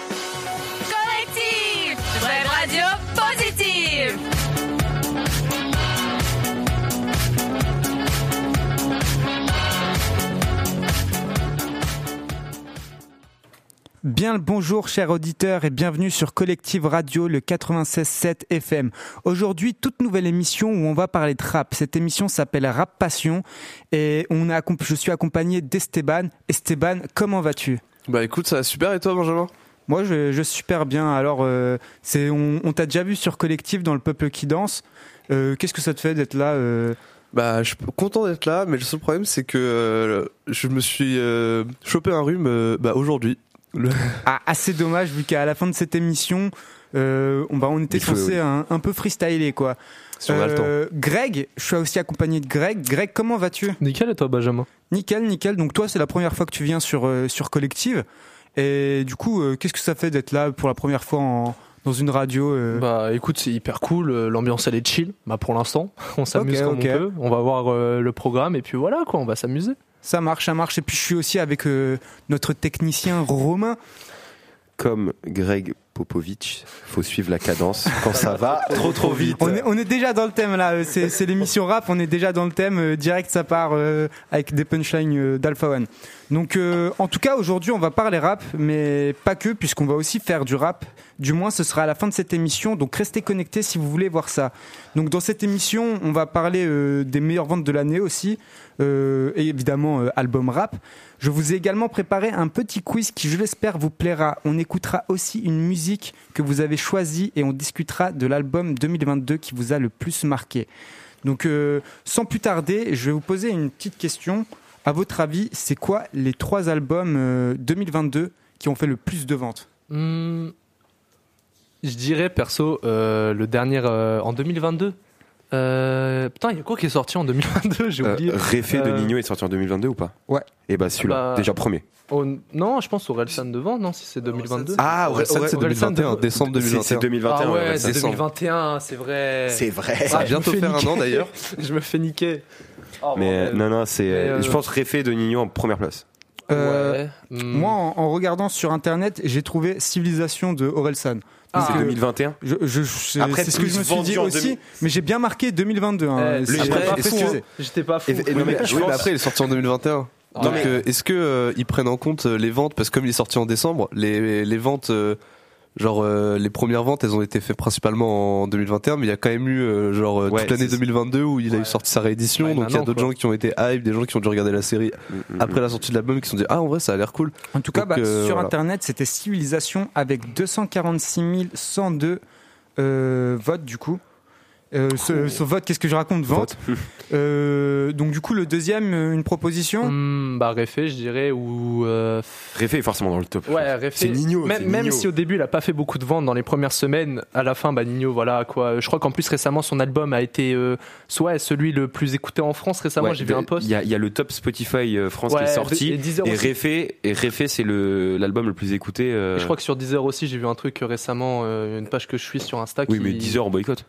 Collectif Web Radio Positive. Bien le bonjour chers auditeurs et bienvenue sur Collective Radio le 96.7 FM. Aujourd'hui, toute nouvelle émission où on va parler de rap. Cette émission s'appelle Rap Passion et je suis accompagné d'Esteban. Esteban, comment vas-tu ? Bah écoute, ça va super et toi Benjamin ? Moi je super bien. Alors on t'a déjà vu sur Collective dans le Peuple qui danse. Qu'est-ce que ça te fait d'être là Bah je suis content d'être là, mais le seul problème c'est que je me suis chopé un rhume aujourd'hui. Assez dommage vu qu'à la fin de cette émission on était censé un peu freestyler quoi. Si on a le temps. Greg, je suis aussi accompagné de Greg. Greg, comment vas-tu ? Nickel et toi Benjamin ? Nickel. Donc toi c'est la première fois que tu viens sur Collective et du coup qu'est-ce que ça fait d'être là pour la première fois dans une radio Bah écoute, c'est hyper cool, l'ambiance elle est chill, pour l'instant, on s'amuse comme on peut, on va voir le programme et puis voilà quoi, on va s'amuser. Ça marche. Et puis je suis aussi avec notre technicien Romain. Comme Greg Popovich, faut suivre la cadence quand ça va trop vite. On est déjà dans le thème là, c'est l'émission rap, on est déjà dans le thème, direct ça part avec des punchlines d'Alpha One. Donc en tout cas aujourd'hui on va parler rap, mais pas que, puisqu'on va aussi faire du rap, du moins ce sera à la fin de cette émission, donc restez connectés si vous voulez voir ça. Donc dans cette émission on va parler des meilleures ventes de l'année aussi, et évidemment album rap. Je vous ai également préparé un petit quiz qui, je l'espère, vous plaira. On écoutera aussi une musique que vous avez choisie et on discutera de l'album 2022 qui vous a le plus marqué. Donc, sans plus tarder, je vais vous poser une petite question. À votre avis, c'est quoi les 3 albums 2022 qui ont fait le plus de ventes ? Je dirais, perso, le dernier en 2022. Putain, il y a quoi qui est sorti en 2022 ? J'ai oublié. Réfé de Nino est sorti en 2022 ou pas ? Ouais. Et bah celui-là, déjà premier. Non, je pense Orelsan devant, non, si c'est 2022. Ah, Orelsan c'est 2021, décembre 2021. C'est 2021. Ah ouais, c'est 2021, c'est vrai. C'est vrai. Ça va bientôt faire un an d'ailleurs. Je me fais niquer. Mais non, c'est. Je pense Réfé de Nino en première place. Moi, en regardant sur internet, j'ai trouvé Civilisation de Orelsan. C'est 2021. Après, c'est ce que je me suis dit aussi, mais j'ai bien marqué 2022. J'étais pas fou. Mais après, il est sorti en 2021. Donc, est-ce que ils prennent en compte les ventes, parce que comme il est sorti en décembre, les ventes, les premières ventes, elles ont été faites principalement en 2021, mais il y a quand même eu toute l'année 2022 où il a eu sorti sa réédition. Donc il y a d'autres gens qui ont été hype, des gens qui ont dû regarder la série après la sortie de l'album, qui se sont dit en vrai ça a l'air cool. En tout cas, sur internet, c'était Civilisation avec 246 102 votes du coup. Ce vote, qu'est-ce que je raconte ? Vote. Donc du coup le deuxième, une proposition. Réfé, je dirais, ou Réfé est forcément dans le top. Ouais, Réfé. C'est Nino. Même si au début il a pas fait beaucoup de ventes dans les premières semaines, à la fin Nino, voilà quoi. Je crois qu'en plus récemment son album a été celui le plus écouté en France récemment. J'ai vu un post. Il y a le top Spotify France qui est sorti et Réfé c'est l'album le plus écouté. Et je crois que sur Deezer aussi j'ai vu un truc récemment, une page que je suis sur Insta. Oui, mais Deezer on boycotte.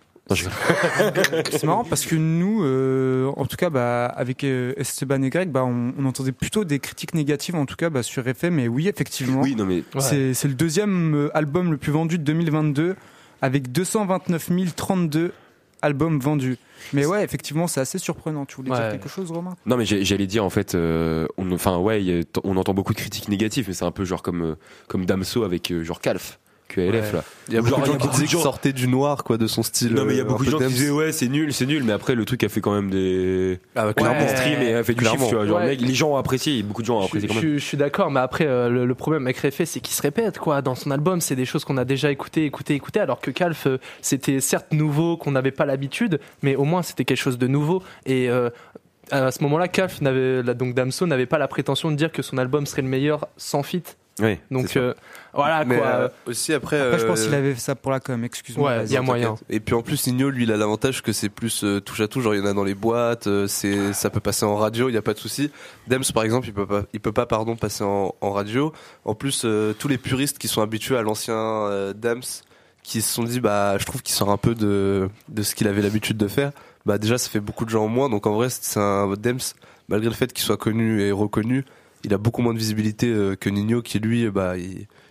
C'est marrant parce que nous, en tout cas, avec Esteban et Greg, on entendait plutôt des critiques négatives, en tout cas sur Réfé. Mais oui, effectivement, c'est le deuxième album le plus vendu de 2022 avec 229 032 albums vendus. Mais ouais, effectivement, c'est assez surprenant. Tu voulais dire quelque chose, Romain ? Non, mais j'allais dire en fait, on entend beaucoup de critiques négatives, mais c'est un peu comme Damso avec Calf. QLF là. Il y a beaucoup de gens qui disaient qu'il sortait du noir quoi de son style. Non mais il y a beaucoup de gens qui disaient c'est nul, mais après le truc a fait quand même des stream et a fait du chiffre, tu vois, les gens ont apprécié, beaucoup de gens ont apprécié quand même. Je suis d'accord, mais après le problème avec Réfé, c'est qu'il se répète quoi dans son album, c'est des choses qu'on a déjà écoutées alors que Calf c'était certes nouveau, qu'on n'avait pas l'habitude, mais au moins c'était quelque chose de nouveau et à ce moment-là Calf donc Damso n'avait pas la prétention de dire que son album serait le meilleur sans feat. Oui, donc voilà mais quoi. Aussi après je pense qu'il avait fait ça pour la com, excuse-moi. Ouais, il y a moyen. Et puis en plus Nino lui il a l'avantage que c'est plus touche à tout, genre il y en a dans les boîtes, ça peut passer en radio, il y a pas de souci. Dems par exemple, il peut pas passer en radio. En plus tous les puristes qui sont habitués à l'ancien Dems qui se sont dit je trouve qu'il sort un peu de ce qu'il avait l'habitude de faire. Déjà ça fait beaucoup de gens en moins, donc en vrai c'est un Dems malgré le fait qu'il soit connu et reconnu, il a beaucoup moins de visibilité que Nino qui lui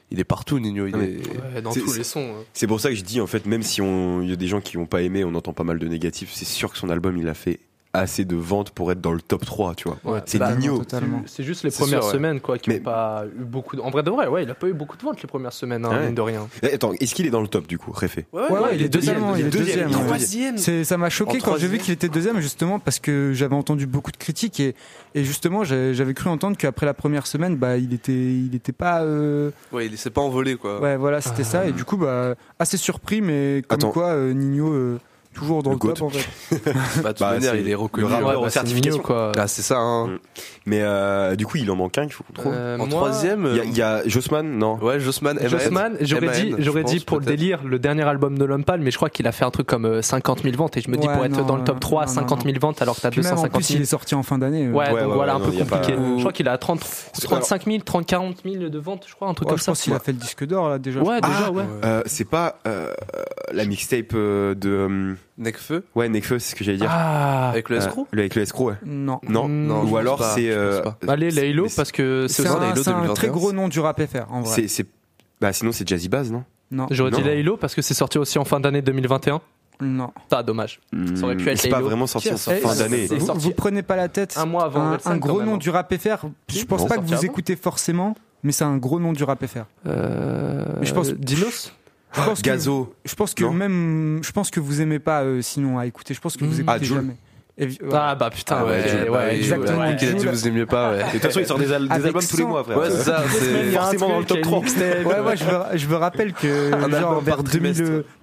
il est partout, Nino. Il mais- est... Dans C'est- tous les sons. C'est pour ça que je dis, en fait, même si il y a des gens qui n'ont pas aimé, on entend pas mal de négatifs, c'est sûr que son album, il a fait assez de ventes pour être dans le top 3, tu vois. Ouais, C'est bah, Nino. Totalement. C'est juste les C'est premières sûr, ouais. semaines quoi qui Mais- n'ont pas eu beaucoup de... En vrai de vrai, ouais, il a pas eu beaucoup de ventes les premières semaines, hein, Ouais. mine de rien. Attends, est-ce qu'il est dans le top du coup, Réfé? Ouais, il est deuxième. Il est deuxième. ouais. Troisième. Ça m'a choqué En quand j'ai vu troisième. qu'il était deuxième, justement, parce que j'avais entendu beaucoup de critiques et justement, j'avais cru entendre qu'après la première semaine, bah, il était pas. Ouais, il s'est pas envolé, quoi. Ouais, voilà, c'était ça. Et du coup, bah, assez surpris, mais comme Attends. quoi, Nino, toujours dans Le le GOAT. top, en fait. Bah, de toute Bah, manière, c'est il est reconnu. le rappeur Ouais, en bah, c'est certification. Nino, quoi. Ah, c'est ça, hein. Mais du coup, il en manque un qu'il faut qu'on trouve. En Moi, troisième, Il y a Jossman, non? ouais, Jossman, Jossman, j'aurais dit pour le délire le dernier album de L'Homme Pâle, mais je crois qu'il a fait un truc comme 50 000 ventes et je me dis Ouais, pour être non, dans le top 3, non, 50 000 ventes alors que t'as Puis même en 250 plus, il 000. est sorti en fin d'année. Ouais, Ouais, donc ouais, voilà, ouais, un non, peu y a pas- compliqué. Je crois qu'il a 35 000, 30, 40 000 de ventes, je crois, un truc Ouais, comme je ça. pense qu'il a fait le disque d'or, là, déjà. Ouais, déjà, Ah, ouais. C'est pas la mixtape de. Necfeu, Ouais, Nekfeu, c'est ce que j'allais dire. Ah, avec le escroc. Avec le escroc, ouais. Non. Non, Non, je ou pense alors pas, c'est. je pense pas. allez, Laylo, mais parce que c'est C'est aussi. Laylo un 2021. très gros nom du rap FR, en vrai. Bah sinon c'est Jazzy Bass, non? Non. J'aurais dit Non. Laylo parce que c'est sorti aussi en fin d'année 2021. Non. Ah, dommage. Ça aurait pu être C'est pas Laylo. vraiment sorti en Qui a fin sorti d'année. C'est Vous, sorti vous prenez pas la tête. un mois avant Un Orelsan, gros quand même, nom hein. du rap FR. Je pense Non. pas que Sorti vous avant. écoutez forcément, mais c'est un gros nom du rap FR. Mais je pense- Dinos. Je pense que- Gazo. Je pense que Non. même, je pense que vous aimez pas sinon à écouter. Je pense que vous Mm. écoutez Ah, Jul. jamais. Ouais. Ah bah putain, exactement. Qui a dit vous aimiez pas, ouais. De toute façon, il sort des Avec albums tous les 100. mois, frère. Ouais, c'est ça, c'est forcément dans le top 3. Ouais, je me rappelle que Un genre album vers par trimestre.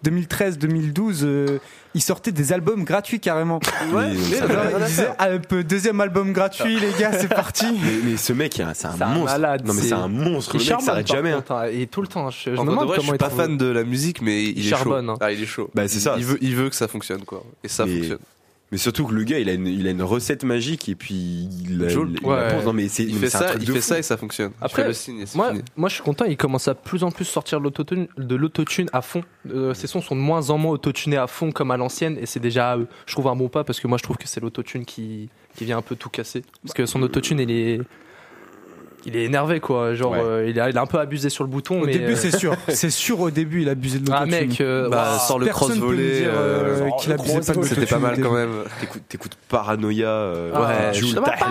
2013-2012, ils sortaient des albums gratuits carrément. Ouais, mais Alors, ils disaient, deuxième album gratuit, les gars, c'est parti. Mais ce mec, c'est un C'est un monstre. malade, Non mais c'est- c'est un monstre. Le Il mec charbonne s'arrête par jamais. hein. contre, hein, et tout le temps. Je me En vrai de demande vrai, je comment suis il pas trouve- fan de la musique, mais il est charbonne, chaud. hein. Ah, il est chaud. Bah c'est ça. Il veut que ça fonctionne, quoi. Et ça Mais- fonctionne. Mais surtout que le gars, il a une recette magique et puis il la Joule. la Ouais. pose. Non mais c'est Il fait c'est un ça, truc il de fait fou. ça et ça fonctionne. Après, Je fais le signe et c'est Moi, fini. moi, je suis content, il commence à plus en plus sortir de l'autotune à fond. Ses sons sont de moins en moins autotunés à fond comme à l'ancienne, et c'est déjà, je trouve, un bon pas, parce que moi je trouve que c'est l'autotune qui vient un peu tout casser. Parce que son autotune, il est énervé, quoi. Genre, Ouais. il a un peu abusé sur le bouton. Au mais, début, c'est sûr. C'est sûr, au début, il abusait de Ah, l'autotune. mec, Bah, sans le Personne peut me cross-volley, dire, qu'il le abusait pas de cross-volley, c'était pas l'autotune mal au quand début. même. T'écoutes Paranoia. Ah, Jul, je sais pas,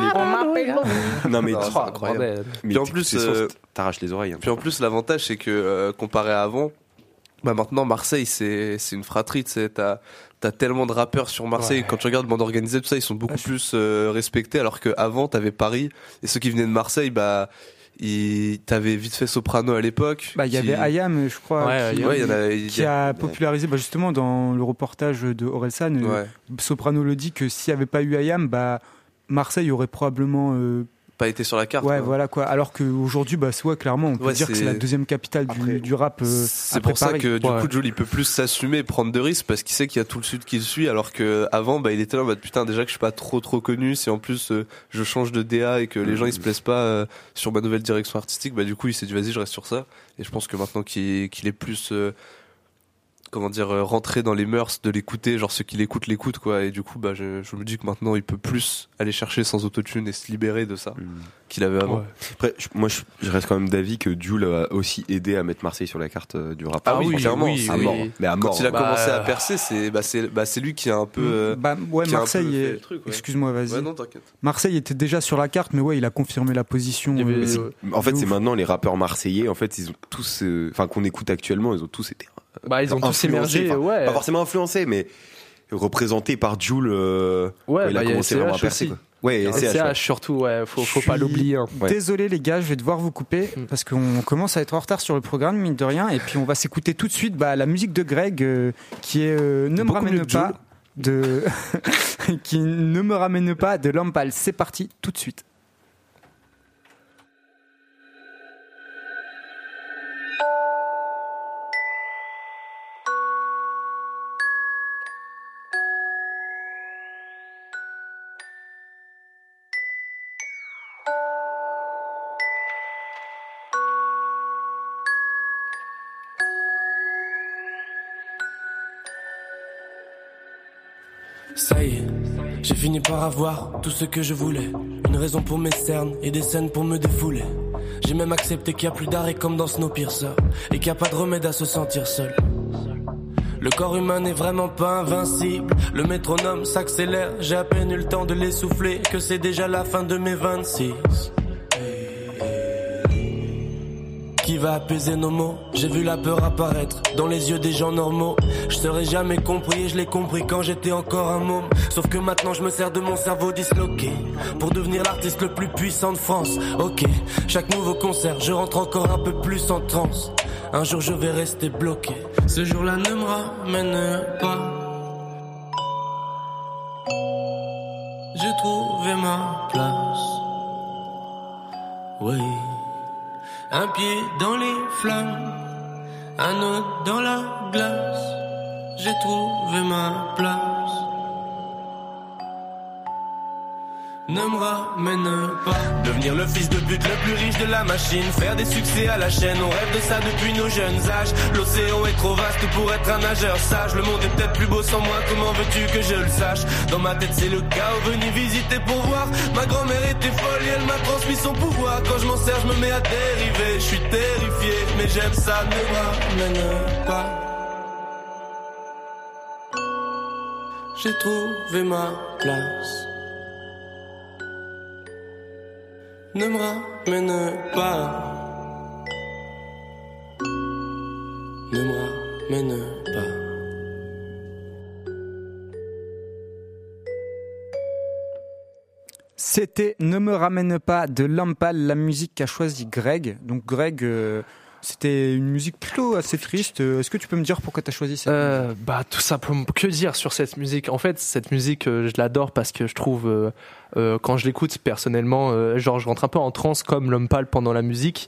Non mais Non, tu- c'est incroyable. bordel. mais Puis en t'écoutes plus, ces sons, t'arraches les oreilles. hein. Puis en plus, l'avantage, c'est que comparé à avant, bah maintenant, Marseille, c'est une fratrie. Tu sais, t'as tellement de rappeurs sur Marseille. Ouais. Quand tu regardes Bande Organisée, tout ça, ils sont beaucoup plus respectés. Alors qu'avant, t'avais Paris. Et ceux qui venaient de Marseille, bah, t'avais vite fait Soprano à l'époque. Bah, il y qui- avait Ayam, je crois, Ouais, qui, Ouais, il y en a. qui a popularisé, bah, justement, dans le reportage de Orelsan. Ouais. Soprano le dit que s'il n'y avait pas eu Ayam, bah, Marseille aurait probablement. Pas été sur la carte. Ouais, quoi. voilà quoi. Alors qu'aujourd'hui, bah, ouais, clairement, on peut Ouais, dire que c'est- c'est la deuxième capitale Après, du rap. C'est après pour ça Paris. que du Ouais. coup Jules il peut plus s'assumer et prendre de risques parce qu'il sait qu'il y a tout le sud qui le suit alors que avant bah il était là en mode putain déjà que je suis pas trop connu, si en plus je change de DA et que les gens ils se plaisent pas sur ma nouvelle direction artistique, bah du coup il s'est dit vas-y je reste sur ça. Et je pense que maintenant qu'il est plus comment dire rentré dans les mœurs de l'écouter, genre ceux qui l'écoutent quoi, et du coup bah je me dis que maintenant il peut plus aller chercher sans autotune et se libérer de ça qu'il avait avant. Ouais. Après, je reste quand même d'avis que Jul a aussi aidé à mettre Marseille sur la carte du rap. Ah oui, Franchement, clairement, oui, à oui. mort. Mais à mort. Quand il a Bah, commencé à percer, c'est lui qui a un peu Bah, ouais, qui a un Marseille. peu fait est- le truc, ouais. Excuse-moi, vas-y. Ouais, non, t'inquiète. Marseille était déjà sur la carte, mais ouais, il a confirmé la position. Il y avait- Mais c'est- En fait, de c'est ouf. maintenant les rappeurs marseillais. En fait, ils ont tous, enfin qu'on écoute actuellement, ils ont tous été Bah, ils ont tous influencés, émergé, enfin, ouais. pas forcément influencés, mais représentés par Jul. Ouais, quand il bah, a il y a commencé vraiment à SCH percer. aussi. Quoi. Ouais, et SCH, ouais. SCH surtout, ouais, faut Je pas suis l'oublier. hein. Ouais. Désolé les gars, je vais devoir vous couper parce qu'on commence à être en retard sur le programme, mine de rien. Et puis on va s'écouter tout de suite la musique de Greg qui est Ne me Beaucoup mieux ramène que pas de qui ne me ramène pas de Lampal. C'est parti tout de suite. Ça y est, j'ai fini par avoir tout ce que je voulais. Une raison pour mes cernes et des scènes pour me défouler. J'ai même accepté qu'il y a plus d'arrêt comme dans Snowpiercer et qu'il y a pas de remède à se sentir seul. Le corps humain n'est vraiment pas invincible. Le métronome s'accélère, j'ai à peine eu le temps de l'essouffler que c'est déjà la fin de mes 26. Qui va apaiser nos mots? J'ai vu la peur apparaître dans les yeux des gens normaux. Je serais jamais compris et je l'ai compris quand j'étais encore un môme. Sauf que maintenant je me sers de mon cerveau disloqué pour devenir l'artiste le plus puissant de France. Ok, chaque nouveau concert je rentre encore un peu plus en transe. Un jour je vais rester bloqué. Ce jour-là ne me ramène pas. J'ai trouvé ma place. Oui. Un pied dans les flammes, un autre dans la glace. J'ai trouvé ma place. Ne me ramène pas. Devenir le fils de pute le plus riche de la machine, faire des succès à la chaîne, on rêve de ça depuis nos jeunes âges. L'océan est trop vaste pour être un nageur sage. Le monde est peut-être plus beau sans moi, comment veux-tu que je le sache? Dans ma tête c'est le chaos, venu visiter pour voir. Ma grand-mère était folle et elle m'a transmis son pouvoir. Quand je m'en sers je me mets à dériver. Je suis terrifié mais j'aime ça, ne me ramène pas. J'ai trouvé ma place. Ne me ramène pas. Ne me ramène pas. C'était Ne me ramène pas de Lampal, la musique qu'a choisi Greg. Donc Greg, c'était une musique plutôt assez triste. Est-ce que tu peux me dire pourquoi tu as choisi cette musique? Bah tout simplement, que dire sur cette musique? En fait, cette musique, je l'adore parce que je trouve, quand je l'écoute personnellement, genre je rentre un peu en transe comme Lampal pendant la musique.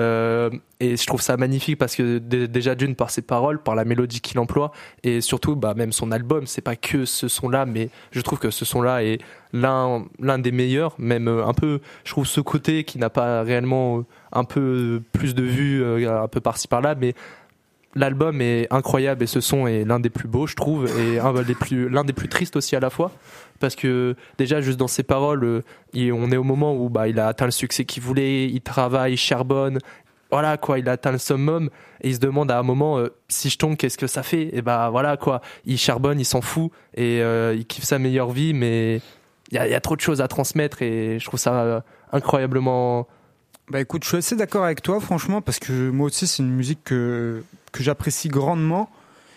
Et je trouve ça magnifique parce que déjà d'une par ses paroles, par la mélodie qu'il emploie et surtout bah même son album, c'est pas que ce son-là, mais je trouve que ce son-là est l'un des meilleurs, même un peu, je trouve ce côté qui n'a pas réellement un peu plus de vues un peu par-ci par-là, mais l'album est incroyable et ce son est l'un des plus beaux, je trouve, et l'un des plus tristes aussi à la fois. Parce que déjà juste dans ses paroles, on est au moment où bah il a atteint le succès qu'il voulait, il travaille, il charbonne, voilà quoi, il a atteint le summum et il se demande à un moment si je tombe qu'est-ce que ça fait, et bah voilà quoi, il charbonne, il s'en fout et il kiffe sa meilleure vie, mais il y a trop de choses à transmettre et je trouve ça incroyablement. Bah écoute, je suis assez d'accord avec toi franchement parce que moi aussi c'est une musique que j'apprécie grandement.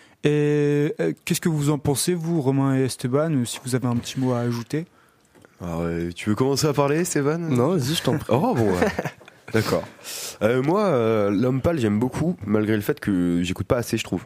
Et qu'est-ce que vous en pensez, vous, Romain et Esteban, si vous avez un petit mot à ajouter? Alors, tu veux commencer à parler, Esteban? Non, vas-y, je t'en prie. Oh bon, ouais. D'accord. Moi, Lampal, j'aime beaucoup, malgré le fait que j'écoute pas assez, je trouve.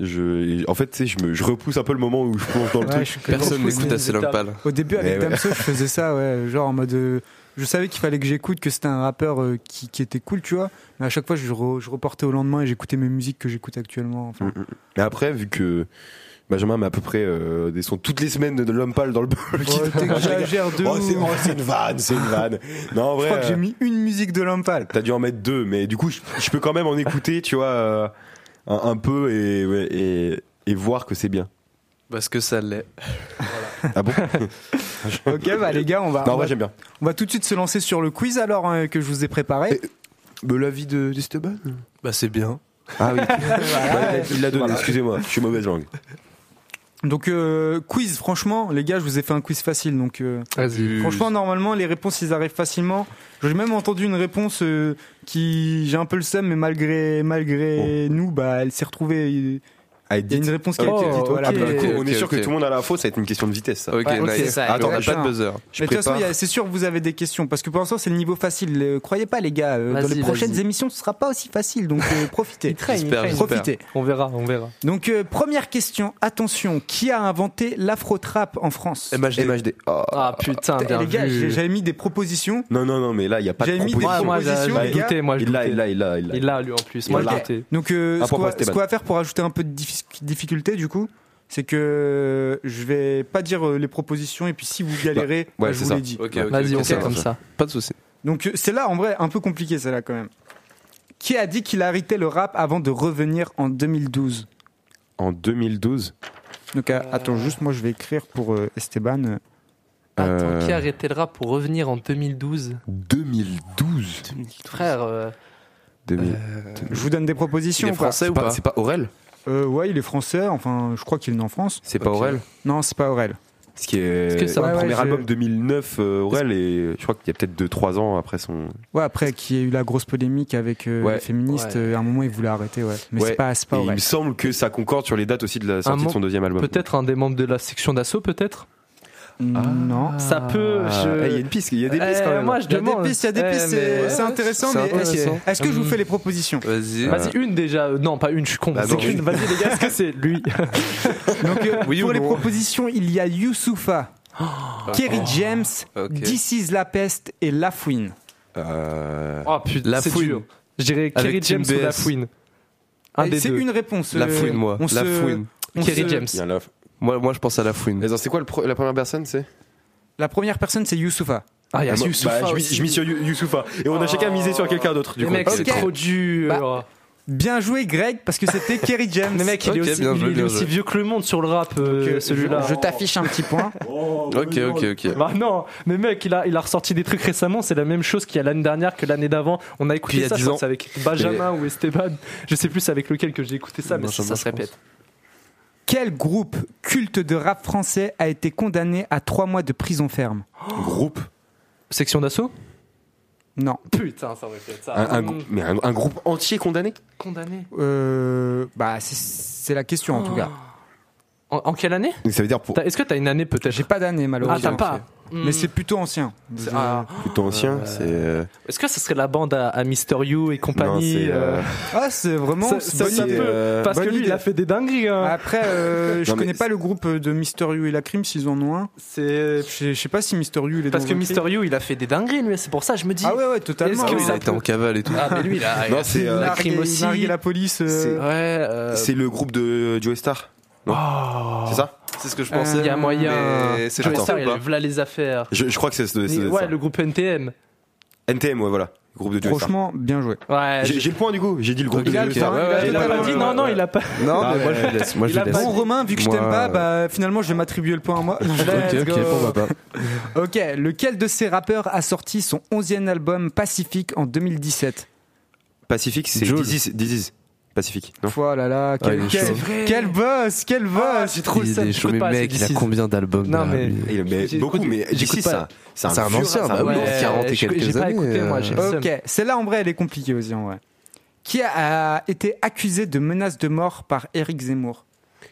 En fait, tu sais, je repousse un peu le moment où je plonge dans le truc. Personne n'écoute assez Lampal. Au début, avec ouais. Damso, je faisais ça, ouais, genre en mode. Je savais qu'il fallait que j'écoute, que c'était un rappeur qui était cool, tu vois. Mais à chaque fois, je reportais au lendemain et j'écoutais mes musiques que j'écoute actuellement. Enfin. Mais après, vu que Benjamin met à peu près des sons toutes les semaines de Lampal dans le bol. T'exagères de ouf. C'est une vanne. Non, en vrai. Je crois que j'ai mis une musique de Lampal. T'as dû en mettre 2, mais du coup, je peux quand même en écouter, tu vois, un peu et voir que c'est bien. Parce que ça l'est. Voilà. Ah bon? Ok, bah les gars, j'aime bien. On va tout de suite se lancer sur le quiz alors que je vous ai préparé. L'avis d'Esteban? Bah c'est bien. Ah oui. Il l'a donné, excusez-moi, je suis mauvaise langue. Donc quiz, franchement, les gars, je vous ai fait un quiz facile. Donc Vas-y. franchement, normalement, les réponses, ils arrivent facilement. J'ai même entendu une réponse qui, j'ai un peu le seum, mais malgré nous, bah, elle s'est retrouvée. Il y a une réponse qui a été dite. Voilà. On est sûr que tout le monde a l'info, ça va être une question de vitesse. Ça. Ok, nice. Ça, on n'a pas de buzzer. Mais de toute façon, c'est sûr que vous avez des questions parce que pour l'instant, c'est le niveau facile. Croyez pas, les gars. Dans les prochaines émissions, ce sera pas aussi facile. Donc profitez. Profitez. On verra. Donc première question. Attention, qui a inventé l'afro-trap en France? MHD. Oh. Ah putain, bien les gars, vu. j'avais mis des propositions. Non, mais là, il y a pas de proposition. Moi, Il l'a lu en plus. Moi, je doutais. Donc ce qu'on va faire pour ajouter un peu de difficulté du coup, c'est que je vais pas dire les propositions et puis si vous galérez, je vous l'ai dit. Vas-y, on fait comme ça. Pas de souci. Donc c'est là en vrai un peu compliqué celle-là quand même. Qui a dit qu'il a arrêté le rap avant de revenir en 2012? En 2012? Donc attends juste, moi je vais écrire pour Esteban. Attends, qui a arrêté le rap pour revenir en 2012 2012. Frère, Je vous donne des propositions. Il est ou pas français ou pas? C'est pas Aurel? Ouais, il est français. Enfin, je crois qu'il est né en France. C'est pas Ok. Aurel? Non, c'est pas Aurel. Ce qui est Est-ce que ça le va, premier ouais, album 2009, Aurel, et je crois qu'il y a peut-être 2-3 ans après son. Ouais, après qu'il y ait eu la grosse polémique avec Ouais. les féministes, Ouais. à un moment il voulait arrêter, ouais. Mais Ouais. c'est pas Et il Aurel. me semble que ça concorde sur les dates aussi de la sortie de son deuxième album. peut-être un des membres de la section d'assaut, peut-être. Non. Ça peut. Il y a une piste, il y a des pistes quand même. Moi, je Il y a demande. des pistes, c'est intéressant, c'est mais intéressant. est-ce que je vous fais les propositions? Vas-y. Vas-y, une déjà. Non, pas une, je suis con. Bah c'est non, qu'une. oui. Vas-y, les gars, est-ce que c'est lui? Donc, Oui pour ou les non propositions, il y a Youssoupha, Kerry James, Ok. This is La Peste et Lafouine. Oh putain, La c'est Fouine. dur. Je dirais Kerry Avec James Team ou La BS. Fouine. Un des C'est deux. une réponse. La fouine, moi. on La se- fouine. on Kerry se- James. Il y a la- Moi, je pense à la fouine. Attends, c'est quoi la première personne, c'est? La première personne, c'est Youssoupha. Ah, il y a Moi, Youssoupha je aussi. mis sur Youssoupha. Et on a chacun misé sur quelqu'un d'autre, du Les coup. mecs, c'est Ok. trop dur. Bah, Bien joué, Greg, parce que c'était Kerry James. Mais mec, il est Ok, aussi, bien joué, il est bien aussi joué. vieux que le monde sur le rap, celui-là. Je t'affiche un petit point. Ok. Bah non, mais mec, il a ressorti des trucs récemment, c'est la même chose qu'il y a l'année dernière que l'année d'avant. On a écouté Puis il y a ça, 10 je crois ans. que c'est avec Benjamin ou Esteban. Je sais plus c'est avec lequel que j'ai écouté ça, mais Benjamin, ça se je répète. Quel groupe culte de rap français a été condamné à 3 mois de prison ferme? Groupe. Section d'assaut? Non. Putain, ça aurait fait ça. Mais un groupe entier condamné? Condamné. Bah, c'est la question en tout cas. En quelle année? Donc ça veut dire pour Est-ce que t'as une année peut-être? J'ai pas d'année Ah, malheureusement. t'as pas. Mais c'est plutôt ancien. C'est- ah. plutôt ancien, c'est. Est-ce que ça serait la bande à Mister You et Non, compagnie? c'est. Ah, c'est vraiment. ça, c'est ça, bonne ça idée. peut, parce bonne que lui, idée. il a fait des dingueries. Hein. Après, je Non, mais connais pas le groupe de Mister You et la Crime s'ils en ont un. C'est Je sais pas si Mister You il est parce dans que un Mister clip. You, il a fait des dingueries, lui. C'est pour ça, je me dis. Ah ouais, totalement. Est-ce que Il ça a été en cavale et tout. Ah, mais lui, il a. Non, c'est. Il la a Crime aussi. nargué la police. C'est- Ouais. C'est le groupe de Joe Star. Non. C'est ça? C'est ce que je pensais. Il y a moyen. Mais c'est Joe français Star, ou il pas? voilà les affaires. Je crois que c'est Ouais, ça. le groupe NTM. NTM, ouais, voilà. Groupe de Joe Star. Franchement, bien joué. Ouais. J'ai le point du coup, j'ai dit le groupe Ok, de Il a Joe le Star. point, ouais, il a ouais, Il a totalement pas dit, le non, point. non, il a pas. Non, Ah mais moi ouais. je lui laisse. Moi je Il a lui pas laisse. Bon, Romain, vu que je t'aime Moi, pas, bah finalement je vais m'attribuer le point à moi. Ok, pourquoi pas. Ok, lequel de ces rappeurs a sorti son 11e album Pacifique en 2017? Pacifique, c'est Jules. Dizzy. Pacifique, non? Oh là là, quel, il est quel- chaud. quel boss, quel boss! j'ai trop Il ça. est chaud, j'écoute mais pas assez mec, il a This Is. combien d'albums Non, derrière mais- lui Il mais J'écoute- beaucoup, mais j'écoute d'ici pas. ça. C'est C'est un vieux ancien, rap, bah ça. oui, Ouais, 40 et j'ai quelques pas années. écouté, moi, j'ai- Ok, celle-là en vrai elle est compliquée aussi en vrai. Qui a été accusé de menaces de mort par Éric Zemmour?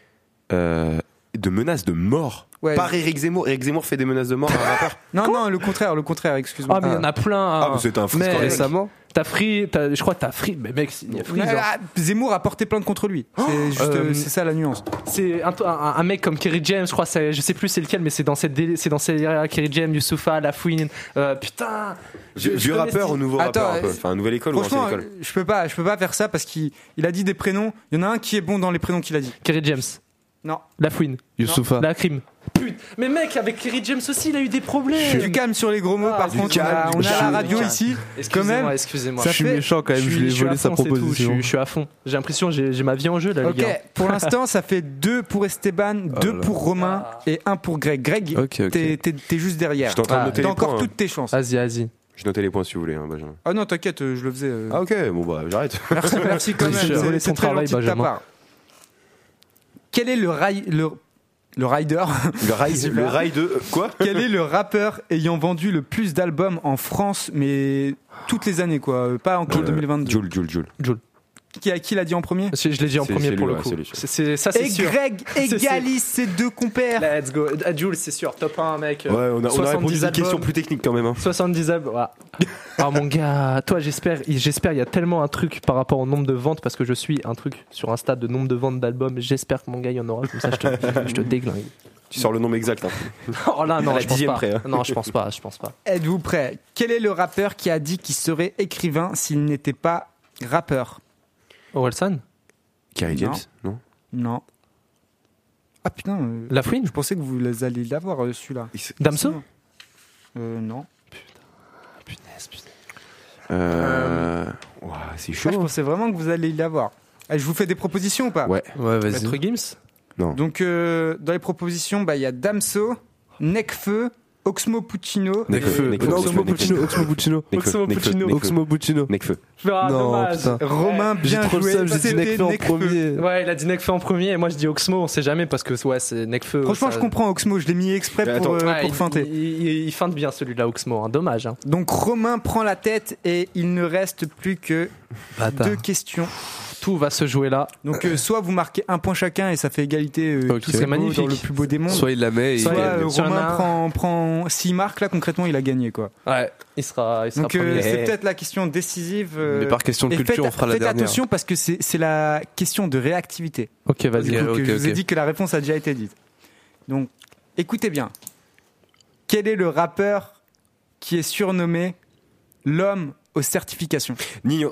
De menaces de mort. Ouais. Par Éric Zemmour. Éric Zemmour fait des menaces de mort à un rappeur. Non, le contraire, excuse-moi. Ah, mais il y en a plein. hein. Ah, mais c'est un freestyle Mec, récemment. je crois que t'as Free, mais mec, il y a Free. Ouais, genre. Zemmour a porté plainte contre lui. C'est juste, c'est ça la nuance. C'est un mec comme Kerry James, je crois, je sais plus c'est lequel, mais c'est dans cette Kerry James, Youssoupha, Lafouine. Putain. Vieux rappeur ou nouveau Attends, rappeur un peu. Enfin, nouvelle école ou Franchement, ancienne école. je peux pas faire ça parce qu'il a dit des prénoms. Il y en a un qui est bon dans les prénoms qu'il a dit. Kerry James, Non. Lafouine, Youssoupha. La Crime. Putain. Mais mec, avec Kerry James aussi, il a eu des problèmes. Du calme sur les gros mots. Ah, Par du contre, calme, on a du la calme, radio du ici. Quand même. Excusez-moi. Ça Je suis fait- méchant quand même, je lui ai suis volé à sa fond, c'est tout, proposition. je suis à fond. J'ai l'impression, j'ai ma vie en jeu là, les Ok, gars. pour l'instant, ça fait 2 pour Esteban, 2 là. pour Romain et 1 pour Greg. Greg, Ok, ok. t'es juste derrière. J'étais en train de noter T'as les encore points. toutes tes chances. Vas-y. Je notais les points si vous voulez, hein, Benjamin. Ah non, t'inquiète, je le faisais. Ah ok, bon bah j'arrête. Merci quand même. Je relève C'est ton très travail, gentil de ta Benjamin. part. Quel est le rider Le rail de quoi? Quel est le rappeur ayant vendu le plus d'albums en France, mais toutes les années, quoi, pas encore 2022? Jules. Qui l'a dit en premier? Je l'ai dit en C'est premier lui, pour le ouais, coup. c'est lui. Ça, c'est Et sûr. Greg égalise ses 2 compères. Let's go. Jules, c'est sûr. Top 1, mec. Ouais, on a 70 répondu à une albums. question plus technique quand même. Hein. 70 albums. Ouais. Ah mon gars, toi j'espère il y a tellement un truc par rapport au nombre de ventes parce que je suis un truc sur Insta de nombre de ventes d'albums. J'espère que mon gars il y en aura comme ça je te déglingue. Tu sors le nombre exact. Hein. Oh là non, À la je pense dixième pas. près, hein. Non, je pense pas. Êtes-vous prêts? Quel est le rappeur qui a dit qu'il serait écrivain s'il n'était pas rappeur? Orelsan, Kerry Non. James, non? Non. Ah putain, Lafouine, je pensais que vous alliez l'avoir celui-là. Damso. Non. Ouah, c'est Ah, je chaud. pensais vraiment que vous alliez l'avoir. Je vous fais des propositions ou pas? Ouais. Ouais, vas-y. Maître Gims. Donc dans les propositions, il y a Damso, Nekfeu, Oxmo Puccino. Necfeu. Oxmo Puccino. Oxmo Puccino. Necfeu. Ah, Non, dommage. putain. Romain, bien J'ai trop le joué. seum, j'ai dit C'était Necfeu en Necfeu. premier. Ouais, il a dit Necfeu en premier et moi je dis Oxmo, on sait jamais parce que ouais, c'est Necfeu. Franchement, ça- je comprends Oxmo, je l'ai mis exprès Mais pour, attends, Ouais, pour feinter. il feinte bien celui-là, Oxmo, hein. Dommage. Hein. Donc Romain prend la tête et il ne reste plus que Bâtard. 2 questions. Tout va se jouer là. Donc soit vous marquez un point chacun et ça fait égalité, Ok. tout c'est beau magnifique. dans le plus beau des mondes. Soit il la met et Soit il gagne. Sur Romain un- prend s'il marque là concrètement il a gagné quoi. Ouais, il sera Donc premier. c'est peut-être la question décisive. Mais par question de et culture, on fera la faites dernière. attention parce que c'est la question de réactivité. Ok, vas-y. Du coup, Ok, que je vous ai ok. dit que la réponse a déjà été dite. Donc écoutez bien. Quel est le rappeur qui est surnommé l'homme aux certifications? Nino.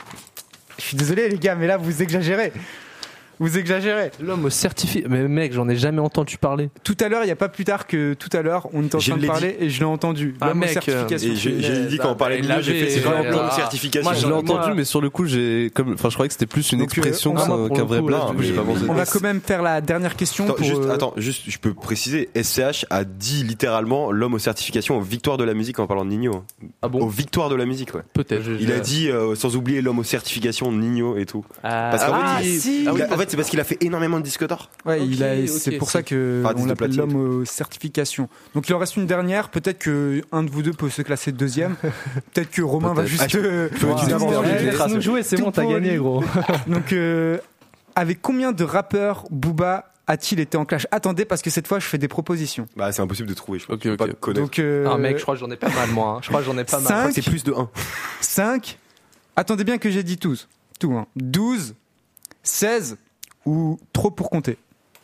Je suis désolé les gars, mais là vous exagérez. Vous exagérez. L'homme au certifié. Mais mec, j'en ai jamais entendu parler. Tout à l'heure, il n'y a pas plus tard que tout à l'heure, on était en Je train de l'ai parler et je l'ai entendu. Ah, L'homme aux mec, certifications. Et j'ai dit quand on parlait de il Nino, j'ai fait c'est l'avait, vraiment ouais. une certification. Moi, Je l'ai Moi- entendu, mais sur le coup, j'ai comme, enfin, je croyais que c'était plus une Donc, expression on va- qu'un pour le vrai coup, blaze. là, Du coup, j'ai mais- pas pensé. On va quand même faire la dernière question. Attends, pour, juste, je peux préciser, SCH a dit littéralement l'homme aux certifications aux victoires de la musique en parlant de Nino. Ah Aux bon? victoires de la musique, ouais. Peut-être. Il a dit, sans oublier l'homme aux certifications de Nino et tout. Parce qu'en Ah, fait, si. en fait, c'est parce qu'il a fait énormément de disques d'or. Ouais, Ok, c'est ok, pour ça que Ah, on de l'appelle platine. l'homme aux certifications. Donc il en reste une dernière. Peut-être que un de vous deux peut se classer deuxième. Peut-être que Romain va Peut-être. juste. faut voilà. qu'il Tout démontre pour lui. Laisse-nous jouer, c'est Tout bon, t'as pour gagné, lui. gros. Donc avec combien de rappeurs Booba a-t-il été en clash? Attendez, parce que cette fois je fais des propositions. Bah, c'est impossible de trouver, je pense. Ok, Je peux ok. pas connaître. Donc Ah, mec, je crois que j'en ai pas mal, moi. Hein. Je crois que j'en ai pas mal. Cinq. Je crois que c'est plus de 1. 5. Attendez bien que j'ai dit tous. Tout, hein. 12, 16 ou trop pour compter.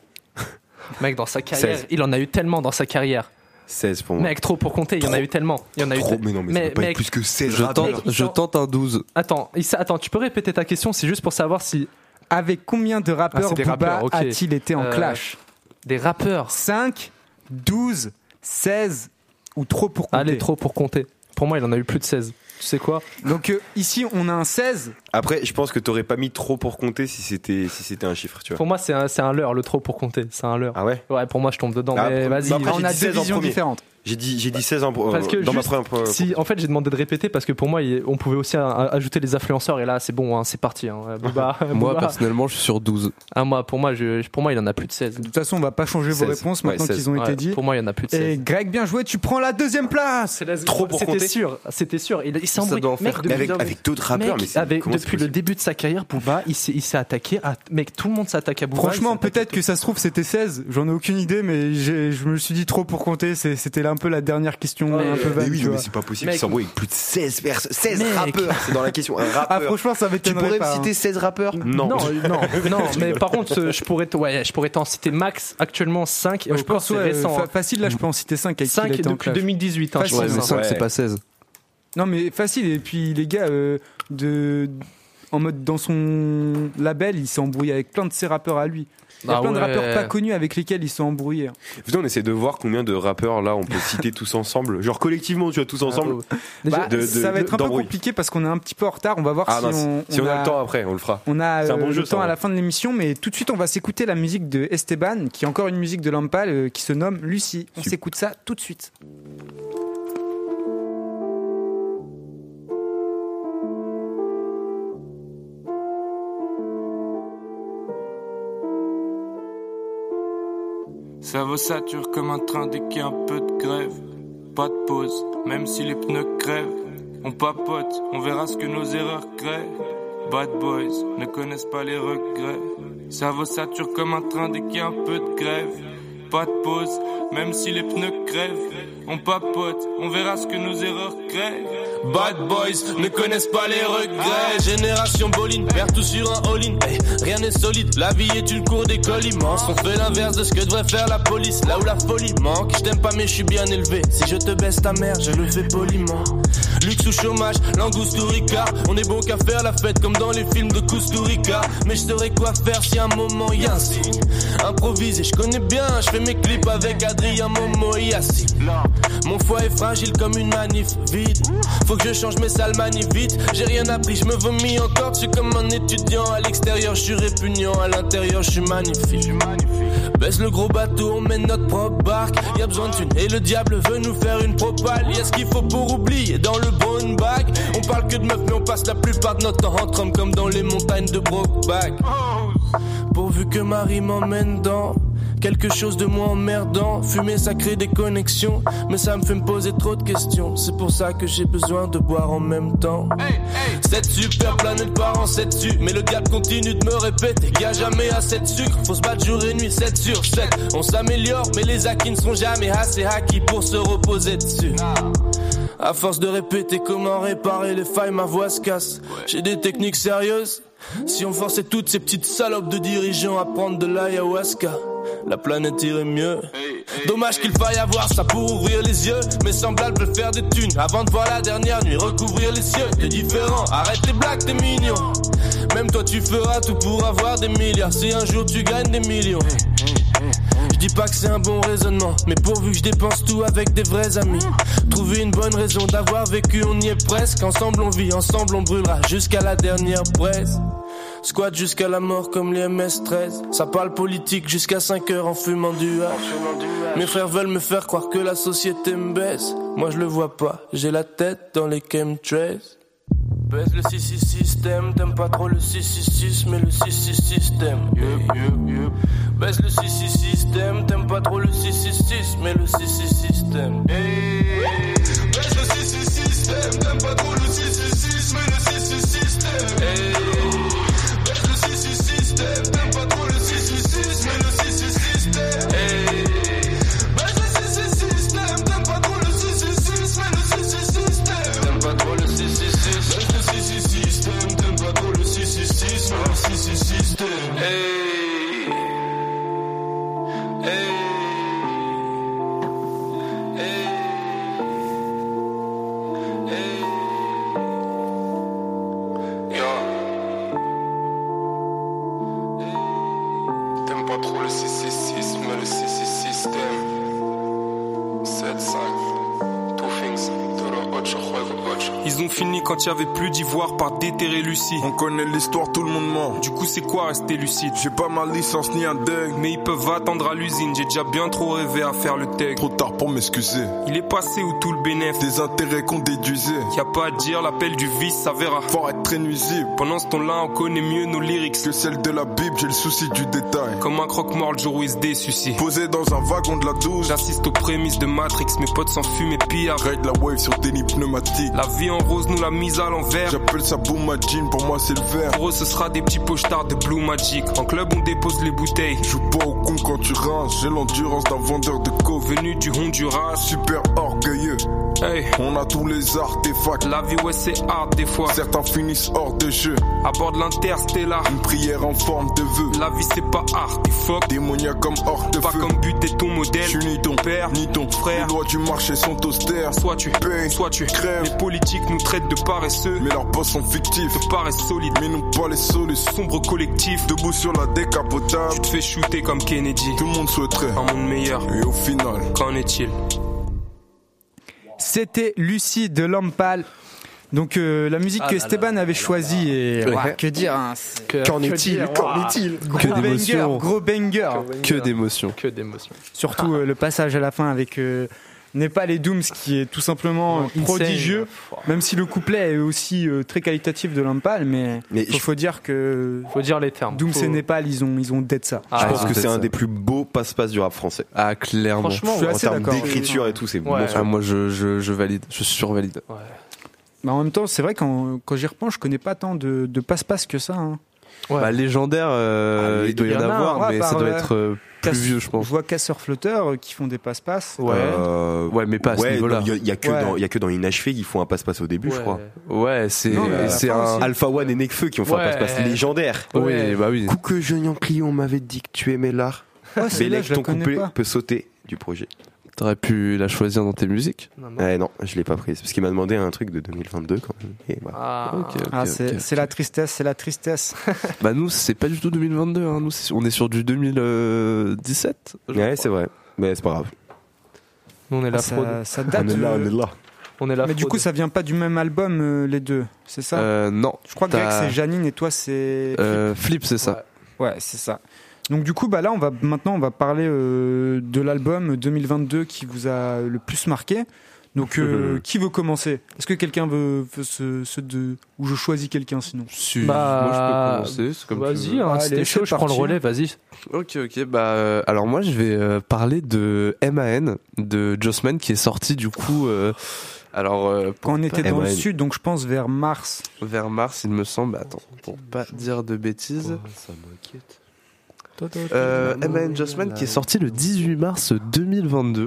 Mec, dans sa carrière, 16. il en a eu tellement dans sa carrière. 16 pour moi. Mec, trop pour compter, il y en a eu tellement. Il y en a eu Trop, te- mais non, mais ça peut pas mec, être plus que 16 Je rappeurs. tente, je tente un 12. Attends, attends, tu peux répéter ta question, c'est juste pour savoir si Avec combien de rappeurs c'est des Booba rappeurs, ok. a-t-il été en Euh, clash? des rappeurs. 5, 12, 16 ou trop pour compter. Allez, trop pour compter. Pour moi, il en a eu plus de 16. Tu sais quoi? Donc ici on a un 16. Après, je pense que t'aurais pas mis trop pour compter si c'était un chiffre, tu vois. Pour moi, c'est un leurre, le trop pour compter. C'est un leurre. Ah ouais? Ouais, pour moi, je tombe dedans. Ah, mais bah, vas-y. après, on j'ai a dit deux 16 en visions premier. différentes. J'ai dit 16 Parce que dans ma juste, première. si, en fait, j'ai demandé de répéter parce que pour moi, on pouvait aussi ajouter les influenceurs et là, c'est bon, hein, c'est parti. Hein. Booba, Moi, Booba. personnellement, je suis sur 12. Ah, pour moi, il en a plus de 16. De toute façon on va pas changer vos 16. réponses Ouais, maintenant 16. qu'ils ont été Ouais, dit. pour moi, il y en a plus de 16. Et Greg, bien joué, tu prends la deuxième place. Trop pour compter. C'était sûr. Il s'est Ça embrouillé. doit en Mec, faire depuis- Avec d'autres rappeurs, mais c'est- comment c'est depuis le possible début de sa carrière, Booba, il s'est attaqué à. Mec, tout le monde s'attaque à Booba. Franchement, il s'est attaqué peut-être que ça se trouve c'était 16, j'en ai aucune idée, mais je me suis dit trop pour compter, c'était là un peu la dernière question, Ouais, un peu Mais vague, oui, tu mais vois. c'est pas possible Mec. qu'ils s'embrouillent avec plus de 16 Mec. rappeurs. C'est dans la question. Un Ah rappeur. franchement ça Tu m'étonnerait pourrais pas. me citer 16 rappeurs? Non, mais par contre, je pourrais t'en citer max actuellement 5 et Je encore pense c'est ouais, récent. hein. facile là je peux en citer 5 avec 5 qui il a été en depuis clash. 2018, hein, je Facile, Ouais, pense, mais hein. 5, Ouais. c'est pas 16. Non mais facile, et puis les gars en mode dans son label il s'est embrouillé avec plein de ses rappeurs à lui. Il y a Ah plein de ouais. rappeurs pas connus avec lesquels ils sont embrouillés. Venez, on essaie de voir combien de rappeurs là on peut citer tous ensemble. Genre collectivement, tu vois, tous ensemble. Bah, de- ça va être un peu d'embrouille. compliqué parce qu'on est un petit peu en retard, on va voir Ah si mince. Si on a le temps après, on le fera. On a C'est un bon le jeu, temps ça, à ouais. la fin de l'émission, mais tout de suite on va s'écouter la musique de Esteban, qui est encore une musique de Lampal qui se nomme Lucie. On Super. s'écoute ça tout de suite. Ça vaut sature comme un train dès qu'il y a un peu de grève. Pas de pause, même si les pneus crèvent. On papote, on verra ce que nos erreurs créent. Bad boys ne connaissent pas les regrets. Ça vaut sature comme un train dès qu'il y a un peu de grève. Pas de pause, même si les pneus crèvent. On papote, on verra ce que nos erreurs créent. Bad boys ne connaissent pas les regrets. Génération Bolin, perd tout sur un all-in. Hey, rien n'est solide, la vie est une cour d'école immense. On fait l'inverse de ce que devrait faire la police. Là où la folie manque, je t'aime pas mais je suis bien élevé. Si je te baisse ta mère, je le fais poliment. Luxe ou chômage, langouste ou ricard. On est bon qu'à faire la fête comme dans les films de Kusturica. Mais je saurais quoi faire si un moment y a un signe. Improvisé, je connais bien, je fais mes clips avec Adrien Momo et Yassi. Mon foie est fragile comme une manif vide. faut que je change mes sales manies vite. J'ai rien appris, je me vomis encore. Je suis comme un étudiant. À l'extérieur, je suis répugnant. À l'intérieur, je suis magnifique. Baisse le gros bateau, on mène notre propre barque. Y'a besoin de thunes et le diable veut nous faire une propale. Y'a ce qu'il faut pour oublier dans le brown bag. On parle que de meufs, mais on passe la plupart de notre temps en trompe comme dans les montagnes de Brokeback. Pourvu que Marie m'emmène dans quelque chose de moins emmerdant. Fumer, ça crée des connexions, mais ça me fait me poser trop de questions. C'est pour ça que j'ai besoin de boire en même temps. Cette super planète part en 7 dessus, mais le diable continue de me répéter qu'il y a jamais assez de sucre. Faut se battre jour et nuit, 7 sur 7. On s'améliore, mais les acquis ne sont jamais assez acquis pour se reposer dessus. À force de répéter comment réparer les failles, ma voix se casse. J'ai des techniques sérieuses. Si on forçait toutes ces petites salopes de dirigeants à prendre de l'ayahuasca, la planète irait mieux. Dommage qu'il faille avoir ça pour ouvrir les yeux. Mes semblables veulent faire des thunes avant de voir la dernière nuit recouvrir les cieux. T'es différent, arrête les blagues, t'es mignon. Même toi tu feras tout pour avoir des milliards si un jour tu gagnes des millions. Je dis pas que c'est un bon raisonnement, mais pourvu que je dépense tout avec des vrais amis. Trouver une bonne raison d'avoir vécu, on y est presque. Ensemble on vit, ensemble on brûlera jusqu'à la dernière braise. Squat jusqu'à la mort comme les MS-13. Ça parle politique jusqu'à 5 heures en fumant du hash. Mes frères veulent me faire croire que la société me baisse. Moi je le vois pas, j'ai la tête dans les chemtrails. Baisse le 666 système, t'aimes pas trop le 666, mais le 666 système. Baisse le 666 système, t'aimes pas trop le 666, mais le 666 système. Baisse le 666 système, t'aimes pas trop le 666, mais le 666 système. Baisse le 666 système, t'aimes pas trop le 666, mais le 666 système. Baisse le 666 système, t'aimes pas trop le 666, mais le 666 système. T'aimes pas trop le 666. T'aimes pas trop le 666, mais le 666 système. 7-5. Ils ont fini quand il y avait plus d'ivoire par déterrer Lucie. On connaît l'histoire, tout le monde ment. Du coup c'est quoi rester lucide? J'ai pas ma licence ni un deg, mais ils peuvent attendre à l'usine. J'ai déjà bien trop rêvé à faire le tech. Trop tard pour m'excuser. Il est passé où tout le bénéf, des intérêts qu'on déduisait. Y a pas à dire, l'appel du vice s'avéra. Faut être très nuisible. Pendant ce temps-là on connaît mieux nos lyrics que celle de la Bible, j'ai le souci du détail. Comme un croque-mort le jour où il se désucie. Posé dans un wagon de la 12. J'assiste aux prémices de Matrix. Mes potes s'enfument et pillent. Ride la wave sur déni pneumatique. La vie en rose nous l'a mise à l'envers. J'appelle ça Boom Magine, pour moi c'est le vert. Pour eux ce sera des petits pochards de Blue Magic. En club on dépose les bouteilles. Joue pas au con quand tu rinces. J'ai l'endurance d'un vendeur de coke. Venu du Honduras. Super orgueilleux. Hey. On a tous les artefacts. La vie ouais c'est hard des fois. Certains finissent hors de jeu. À bord de l'Interstellar. Une prière en forme de vœu. La vie c'est pas art et fuck. Démoniaque comme hors de pas feu. Pas comme buter ton modèle. Je suis ni ton père ni ton frère. Les lois du marché sont austères. Soit tu payes, soit tu crèves. Les politiques nous traitent de paresseux. Mais leurs boss sont fictifs. De paresse solide. Mais nous pas les solutions. Sombre collectif. Debout sur la décapotable. Tu te fais shooter comme Kennedy. Tout le monde souhaiterait un monde meilleur. Et au final, qu'en est-il? C'était Lucie de Lampal. Donc la musique que Esteban avait choisie et que dire hein, qu'en est-il Que d'émotions. Gros banger. Que d'émotions. Que d'émotions. Surtout le passage à la fin avec Népal et Dooms qui est tout simplement prodigieux, même si le couplet est aussi très qualitatif de Lampal, mais faut dire que faut dire les termes. Dooms et Népal ils ont dead ça. Je pense que c'est un des plus beaux passe-passe du rap français. Ah clairement. Franchement, je suis assez en termes d'accord. d'écriture et tout, c'est bon. Ah, moi je valide, je survalide. Ouais. Mais en même temps, c'est vrai quand j'y repense, je connais pas tant de passe-passe que ça. Hein. Ouais. Bah, légendaire, il doit y en avoir, mais ça doit être plus vieux, je pense. Je vois casseurs-flotteurs qui font des passe-passe. Ouais, mais pas à ce niveau-là. Il y a que dans Inachevé qui font un passe-passe au début, je crois. Ouais, c'est un Alpha One et Nekfeu qui ont fait un passe-passe légendaire. Oui, bah oui. Coucou jeune Yankee, on m'avait dit que tu aimais l'art. Mais là, ton couplet peut sauter du projet. T'aurais pu la choisir dans tes musiques. Non, je l'ai pas prise parce qu'il m'a demandé un truc de 2022 quand même. Et voilà. C'est la tristesse. Bah nous c'est pas du tout 2022, hein. Nous on est sur du 2017. Ouais, c'est vrai, mais c'est pas grave. Nous on est là. Ça date. On est là. on est là. Mais du coup, ça vient pas du même album, les deux, c'est ça Non. Je crois que Greg, c'est Janine et toi, c'est. Flip, c'est ça. Ouais, c'est ça. Donc du coup, bah là, on va parler de l'album 2022 qui vous a le plus marqué. Donc, qui veut commencer ? Est-ce que quelqu'un veut ou je choisis quelqu'un sinon ? Moi, je peux commencer. C'est comme vas-y, tu veux. hein, c'était chaud, je prends le relais, vas-y. Ok. Alors moi, je vais parler de MAN de Jossman qui est sorti du coup. Quand on était dans le sud, donc je pense vers mars. Vers mars, il me semble. Attends, pour pas dire de bêtises. Ça m'inquiète. MAN Jossman qui est sorti le 18 mars 2022.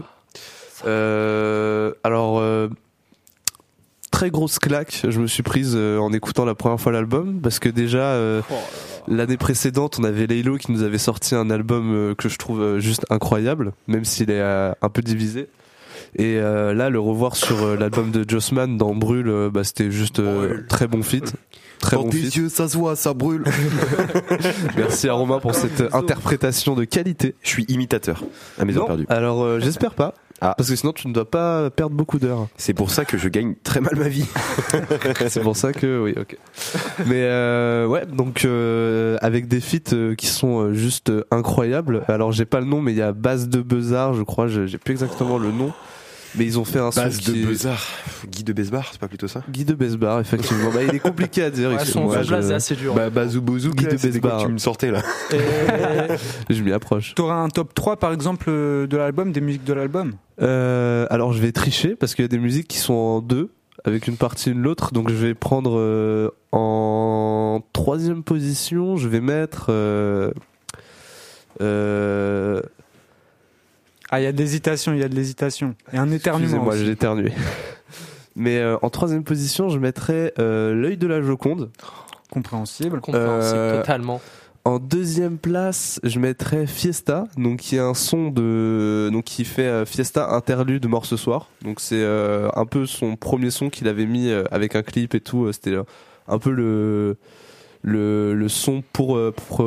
Très grosse claque, je me suis prise en écoutant la première fois l'album parce que déjà l'année précédente on avait Laylo qui nous avait sorti un album que je trouve juste incroyable, même s'il est un peu divisé. Et là le revoir sur l'album de Jossman dans Brûle, c'était juste très bon feat. Très dans bon tes feat. yeux ça se voit, ça brûle. Merci à Romain pour cette interprétation de qualité. Je suis imitateur à mes heures perdues. Alors j'espère pas. Parce que sinon tu ne dois pas perdre beaucoup d'heures. C'est pour ça que je gagne très mal ma vie. C'est pour ça que oui, ok. Mais donc avec des feats qui sont juste incroyables. Alors j'ai pas le nom, mais il y a Base de Beuzard, je crois. J'ai plus exactement le nom. Mais ils ont fait un son Base de Beuzard. Guy de Besbar, c'est pas plutôt ça ? Guy de Besbar, effectivement. Il est compliqué à dire. Son blase c'est assez dur. Bazou Bouzou, Guy de Besbar. Tu me sortais là. Je m'y approche. T'auras un top 3 par exemple de l'album, des musiques de l'album ? Alors je vais tricher parce qu'il y a des musiques qui sont en deux avec une partie et une l'autre, donc je vais prendre en troisième position, je vais mettre il y a de l'hésitation, il y a un éternuement. Excusez-moi, aussi. j'ai éternué. Mais en troisième position, je mettrais L'œil de la Joconde. Compréhensible. Totalement. En deuxième place, je mettrais Fiesta, donc qui est un son qui fait Fiesta interlude mort ce soir. Donc c'est un peu son premier son qu'il avait mis avec un clip et tout. C'était un peu le son pour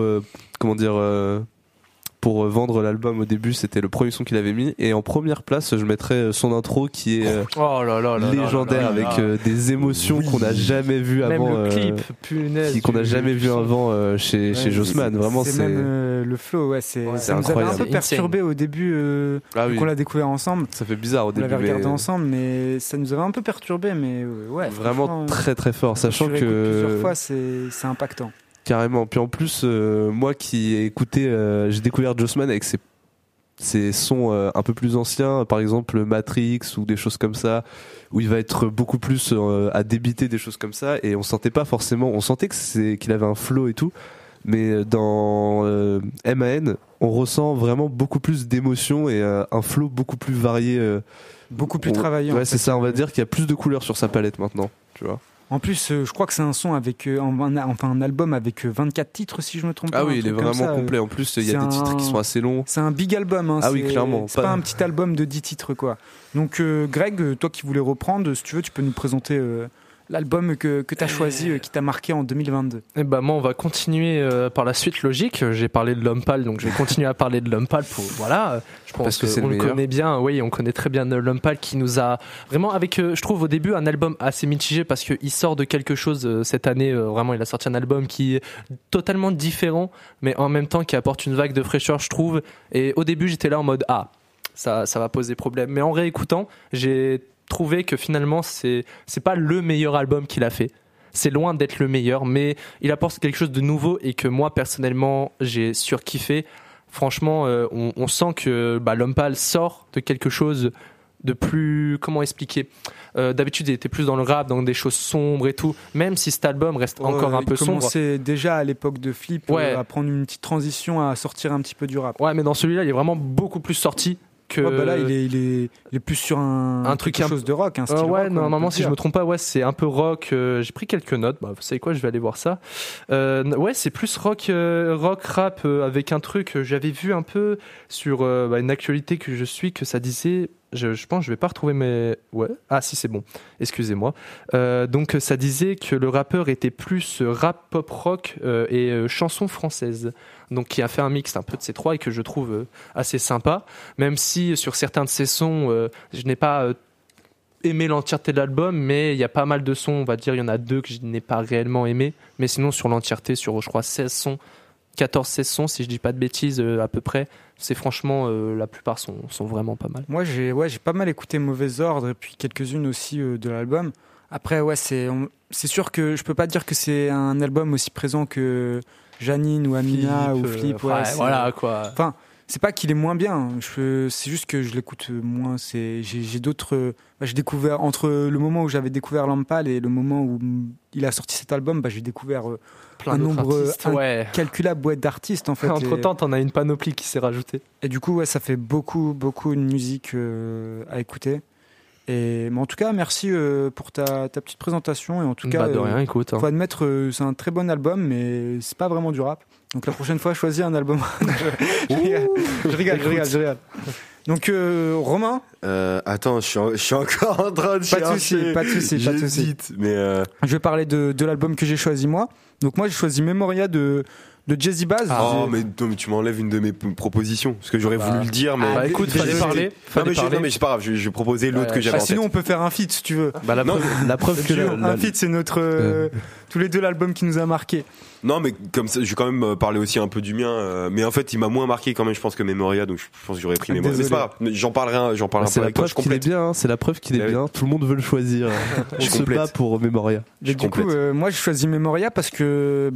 vendre l'album au début. C'était le premier son qu'il avait mis. Et en première place, je mettrais son intro qui est légendaire avec des émotions qu'on n'a jamais vues avant. Même le clip, punaise. Qu'on n'a jamais vu avant chez Jossman. Vraiment, c'est même le flow, ça nous avait un peu perturbé au début qu'on l'a découvert ensemble. Ça fait bizarre au début. On l'avait regardé ensemble, mais ça nous avait un peu perturbé, mais vraiment très très fort, sachant que plusieurs fois c'est impactant. Carrément. Puis en plus, moi qui ai écouté, j'ai découvert Jossman avec ses sons un peu plus anciens, par exemple Matrix ou des choses comme ça, où il va être beaucoup plus à débiter des choses comme ça, et on sentait qu'il avait un flow et tout, mais dans MAN, on ressent vraiment beaucoup plus d'émotions et un flow beaucoup plus varié. Beaucoup plus travaillé. Ouais, c'est ça, on va dire qu'il y a plus de couleurs sur sa palette maintenant, tu vois. En plus, je crois que c'est un son avec un album avec 24 titres, si je me trompe pas. Ah oui, il est vraiment complet. En plus, il y a des titres qui sont assez longs. C'est un big album. Oui, clairement. C'est pas un petit album de 10 titres, quoi. Donc, Greg, toi qui voulais reprendre, si tu veux, tu peux nous présenter l'album que tu as choisi, qui t'a marqué en 2022. Moi, on va continuer par la suite logique. J'ai parlé de L'Homme Pâle, donc je vais continuer à parler de L'Homme Pâle je pense qu'on le connaît bien. Oui, on connaît très bien L'Homme Pâle qui nous a vraiment je trouve au début un album assez mitigé parce qu'il sort de quelque chose cette année. Vraiment, il a sorti un album qui est totalement différent, mais en même temps qui apporte une vague de fraîcheur, je trouve. Et au début, j'étais là en mode ça va poser problème. Mais en réécoutant, j'ai trouvé que finalement c'est pas le meilleur album qu'il a fait, c'est loin d'être le meilleur, mais il apporte quelque chose de nouveau et que moi personnellement j'ai surkiffé. Franchement, on sent que L'Homme Pâle sort de quelque chose de plus, comment expliquer, d'habitude il était plus dans le rap, dans des choses sombres et tout, même si cet album reste encore un peu sombre. Il commençait déjà à l'époque de Flip à prendre une petite transition, à sortir un petit peu du rap. Ouais, mais dans celui-là il est vraiment beaucoup plus sorti. Là il est plus sur un truc, quelque chose de rock, un style rock, normalement si je me trompe pas, c'est un peu rock. J'ai pris quelques notes, vous savez quoi, je vais aller voir ça. C'est plus rock rap, avec un truc, j'avais vu un peu sur une actualité que je suis, que ça disait, je pense je vais pas retrouver mes si c'est bon, excusez-moi. Donc ça disait que le rappeur était plus rap pop rock et chanson française, donc qui a fait un mix un peu de ces trois et que je trouve assez sympa, même si sur certains de ces sons je n'ai pas aimé l'entièreté de l'album, mais il y a pas mal de sons, on va dire, il y en a 2 que je n'ai pas réellement aimé, mais sinon sur l'entièreté, sur je crois 16 sons, 14-16 sons si je dis pas de bêtises à peu près, c'est franchement la plupart sont vraiment pas mal. Moi, j'ai pas mal écouté Mauvais Ordre et puis quelques-unes aussi de l'album. Après, c'est sûr que je peux pas dire que c'est un album aussi présent que Janine ou Amina ou Flip. Voilà quoi. Enfin, c'est pas qu'il est moins bien. C'est juste que je l'écoute moins. J'ai d'autres. J'ai découvert entre le moment où j'avais découvert Lampal et le moment où il a sorti cet album, j'ai découvert plein un nombre incalculable d'artistes en fait. Entre temps, t'en as une panoplie qui s'est rajoutée. Et du coup, ça fait beaucoup de musique à écouter. Mais en tout cas, merci pour ta petite présentation. Et en tout cas, de rien, écoute. Faut admettre, c'est un très bon album, mais c'est pas vraiment du rap. Donc la prochaine fois, choisis un album. Je rigole. Donc Romain. Attends, je suis encore en train de chercher. Pas de souci. J'hésite, mais je vais parler de l'album que j'ai choisi moi. Donc moi, j'ai choisi Memoria de Jazzy Bass. Mais tu m'enlèves une de mes propositions parce que j'aurais voulu le dire, mais écoute, fallait parler. Non mais c'est pas grave, je vais proposer l'autre que j'avais en tête. Sinon on peut faire un feat si tu veux. La preuve que un feat, c'est notre tous les deux l'album qui nous a marqué. Non, mais comme ça, je vais quand même parler aussi un peu du mien. Mais en fait, il m'a moins marqué quand même, je pense, que Memoria, donc je pense que j'aurais pris Memoria. Mais c'est pas grave, j'en parlerai un peu avec toi. C'est la preuve qu'il est bien. Tout le monde veut le choisir. On se bat pour Memoria. Du coup, moi, j'ai choisi Memoria parce que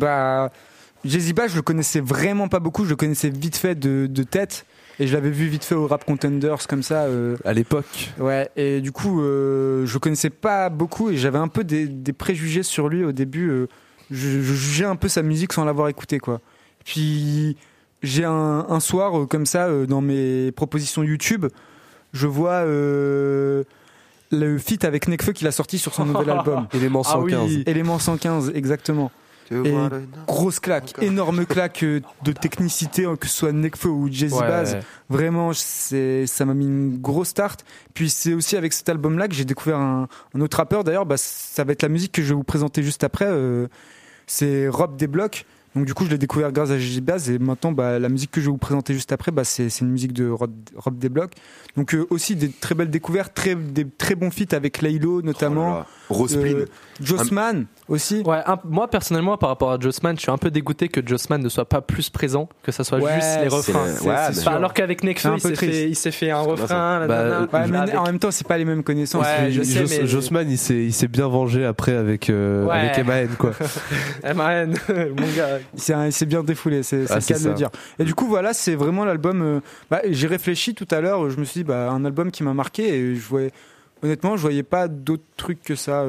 Jazzy Bass, je le connaissais vraiment pas beaucoup. Je le connaissais vite fait de tête. Et je l'avais vu vite fait au Rap Contenders comme ça. À l'époque. Ouais, et du coup, je le connaissais pas beaucoup et j'avais un peu des préjugés sur lui au début. Je jugeais un peu sa musique sans l'avoir écouté, quoi. Puis j'ai un soir comme ça dans mes propositions YouTube, je vois le feat avec Nekfeu qu'il a sorti sur son nouvel album. Élément 115. Oui, Élément 115, exactement. Et grosse claque, énorme claque de technicité, que ce soit Nekfeu ou Jazzy Bass. Vraiment, ça m'a mis une grosse start. Puis c'est aussi avec cet album-là que j'ai découvert un autre rappeur. D'ailleurs, ça va être la musique que je vais vous présenter juste après. C'est Rob Desblocs. Donc du coup, je l'ai découvert grâce à Jazzy Bass. Et maintenant, la musique que je vais vous présenter juste après, c'est une musique de Rob Desblocs. Donc aussi des très belles découvertes, des très bons feats avec Laylo notamment. Rospline. Jossman aussi. Ouais, moi personnellement par rapport à Jossman, je suis un peu dégoûté que Jossman ne soit pas plus présent, que ça soit juste les refrains. Alors qu'avec Nekfeu, il s'est fait un refrain. Mais en même temps, c'est pas les mêmes connaissances. Ouais, je sais, mais Jossman, il s'est bien vengé après avec MAN, quoi. MAN, mon gars. Il s'est bien défoulé, c'est le cas de le dire. Et du coup, voilà, c'est vraiment l'album. J'ai réfléchi tout à l'heure, je me suis dit, un album qui m'a marqué et honnêtement, je voyais pas d'autres trucs que ça.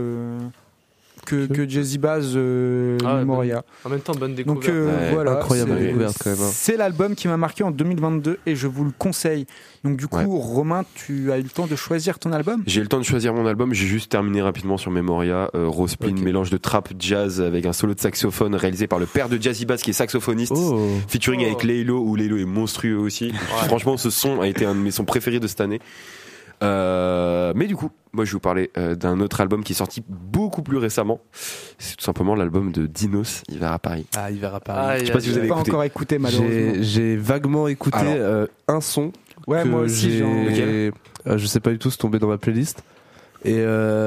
Que Jazzy Bass, Memoria. En même temps, bonne découverte. Donc voilà, incroyable découverte quand même. C'est l'album qui m'a marqué en 2022 et je vous le conseille. Donc du coup, Romain, tu as eu le temps de choisir ton album ? J'ai eu le temps de choisir mon album. J'ai juste terminé rapidement sur Memoria. Rospline, mélange de trap jazz avec un solo de saxophone réalisé par le père de Jazzy Bass qui est saxophoniste, featuring avec Laylo, où Laylo est monstrueux aussi. Franchement, ce son a été un de mes sons préférés de cette année. Mais du coup, moi je vais vous parler d'un autre album qui est sorti beaucoup plus récemment. C'est tout simplement l'album de Dinos, Hiver à Paris. Hiver à Paris. Je sais pas si vous avez pas écouté. Encore écouté malheureusement. J'ai vaguement écouté un son. Ouais, moi aussi. Je sais pas du tout, c'est tombé dans ma playlist. Et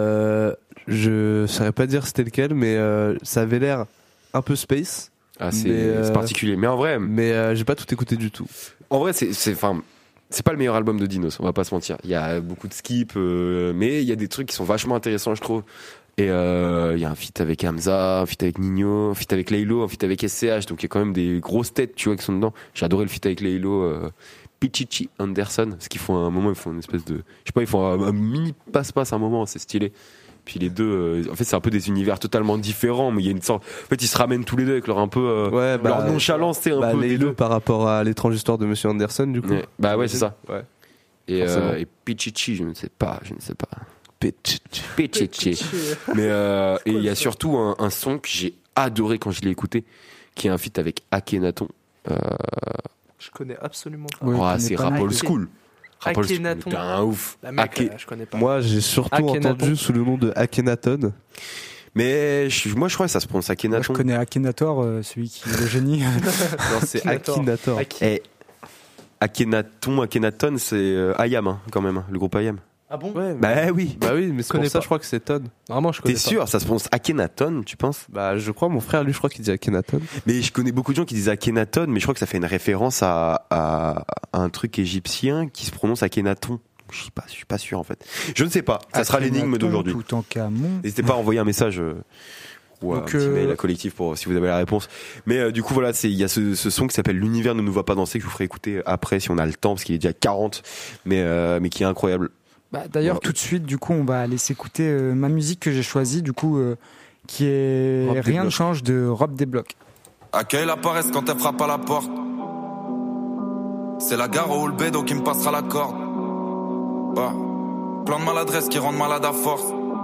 je saurais pas dire c'était lequel, mais ça avait l'air un peu space. C'est particulier. Mais en vrai. Mais j'ai pas tout écouté du tout. En vrai, c'est pas le meilleur album de Dinos, on va pas se mentir. Il y a beaucoup de skips, mais il y a des trucs qui sont vachement intéressants, je trouve. Et il y a un feat avec Hamza, un feat avec Nino, un feat avec Laylo, un feat avec SCH, donc il y a quand même des grosses têtes, tu vois, qui sont dedans. J'ai adoré le feat avec Laylo, Pichichi Anderson, parce qu'ils font un une espèce de, je sais pas, ils font un mini passe-passe à un moment, c'est stylé. Puis les deux, en fait, c'est un peu des univers totalement différents, mais il y a une sorte. En fait, ils se ramènent tous les deux avec leur un peu leur nonchalance, c'est un peu les deux par rapport à l'étrange histoire de Monsieur Anderson, du coup. Ouais, c'est ça. Ouais. Et Pichichi, je ne sais pas. Pichichi. Mais et il y a surtout un son que j'ai adoré quand je l'ai écouté, qui est un feat avec Akhenaton. Je connais absolument pas. C'est rap old school. Akhenaton. Un ouf. Je connais pas. Moi, j'ai surtout entendu sous le nom de Akhenaton. Mais moi, je crois que ça se prononce Akhenaton. Moi, je connais Akhenator, celui qui est le génie. Non, c'est Akhenator. Akhenaton, c'est Ayam, quand même, le groupe Ayam. Ah bon? Ouais, Bah oui. Bah oui, mais c'est pour Connais ça, pas. je crois que c'est Ton. Vraiment, je connais T'es pas. sûr? Ça se prononce Akhenaton, tu penses? Bah, je crois, mon frère, lui, je crois qu'il dit Akhenaton. Mais je connais beaucoup de gens qui disent Akhenaton, mais je crois que ça fait une référence à un truc égyptien qui se prononce Akhenaton. Je suis pas sûr en fait. Je ne sais pas. Ça sera l'énigme d'aujourd'hui. Tout en Camon. N'hésitez pas à envoyer un message ou un Donc, petit mail à collectif pour si vous avez la réponse. Mais du coup voilà, il y a ce son qui s'appelle L'univers ne nous va pas danser que je vous ferai écouter après si on a le temps parce qu'il est déjà 40, mais qui est incroyable. Bah, d'ailleurs, tout de suite, du coup, on va aller s'écouter ma musique que j'ai choisie, du coup, qui est Rob Rien ne Desblocs. change de Rob Desblocs. Accueille la paresse quand elle frappe à la porte. C'est la gare ou le bédo qui me passera la corde. Bah, plan de maladresse qui rendent malade à force.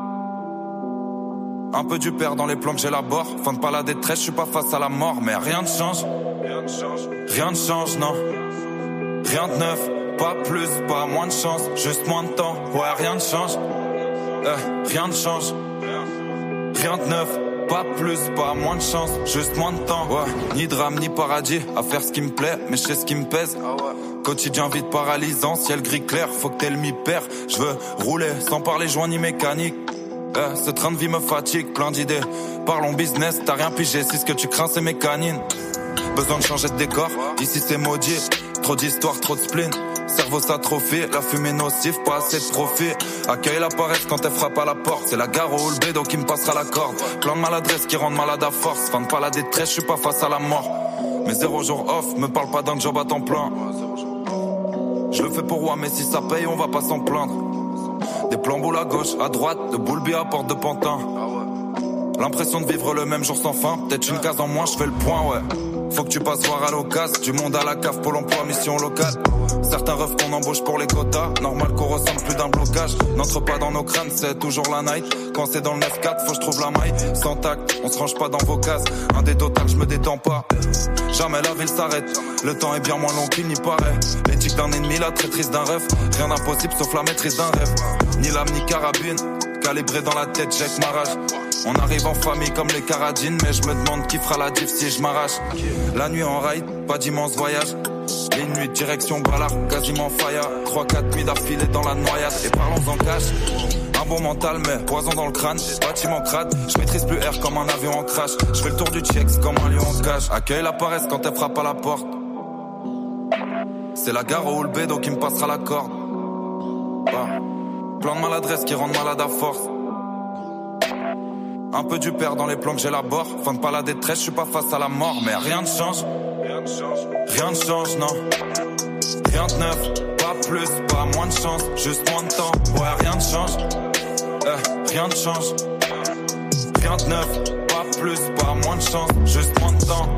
Un peu du père dans les plans que j'élabore. Fin de pas la détresse, je suis pas face à la mort. Mais rien ne change. Rien ne change, non. Rien de neuf, pas plus, pas moins de chance. Juste moins de temps, ouais, rien ne change. Rien ne change. Rien de neuf, pas plus, pas moins de chance. Juste moins de temps, ouais. Ni drame, ni paradis. À faire ce qui me plaît, mais je sais ce qui me pèse. Quotidien vide paralysant, ciel gris clair, faut que t'aies le mi-père. Je veux rouler sans parler joint ni mécanique. Ce train de vie me fatigue, plein d'idées. Parlons business, t'as rien pigé, si ce que tu crains c'est mes canines. Besoin de changer de décor, ici c'est maudit. Trop d'histoire, trop de spleen. Cerveau s'atrophie, la fumée nocive, pas assez de profit. Accueille la paresse quand elle frappe à la porte. C'est la gare ou le bédo qui me passera la corde. Plein de maladresse qui rendent malade à force. Fin de pas la détresse, je suis pas face à la mort. Mais 0 jour off, me parle pas d'un job à temps plein. Je le fais pour roi, mais si ça paye, on va pas s'en plaindre. Des plans boules à gauche, à droite, de boulbi à porte de Pantin. L'impression de vivre le même jour sans fin. Peut-être une case en moins, je fais le point, ouais. Faut que tu passes voir à l'occasion. Du monde à la cave, Pôle emploi, mission locale. Certains rêvent qu'on embauche pour les quotas. Normal qu'on ressemble plus d'un blocage. N'entre pas dans nos crânes, c'est toujours la night. Quand c'est dans le 9-4, faut que je trouve la maille. Sans tact, on se range pas dans vos cases. Un des totales, je me détends pas. Jamais la ville s'arrête. Le temps est bien moins long qu'il n'y paraît. L'éthique d'un ennemi, la traîtrise d'un rêve. Rien d'impossible sauf la maîtrise d'un rêve. Ni lame ni carabine. Calibré dans la tête, j'ai que ma rage. On arrive en famille comme les Caradines, mais je me demande qui fera la diff si je m'arrache. La nuit en ride, pas d'immense voyage. Les nuits direction Ballard, quasiment fire. 3-4 nuits d'affilée dans la noyade. Et parlons en cash. Un bon mental, mais poison dans le crâne. Bâtiment crade, je maîtrise plus air comme un avion en crash. Je fais le tour du checks comme un lion en cage. Accueille la paresse quand elle frappe à la porte. C'est la gare ou le bédo qui me passera la corde. Bah. Plein de maladresse qui rendent malade à force. Un peu du père dans les plans que j'élabore. Fin de pas la détresse, je suis pas face à la mort. Mais rien ne change. Rien ne change, non. Rien de neuf, pas plus, pas moins de chance. Juste moins de temps, ouais, rien ne change. Rien ne change. Rien de neuf, pas plus, pas moins de chance. Juste moins de temps.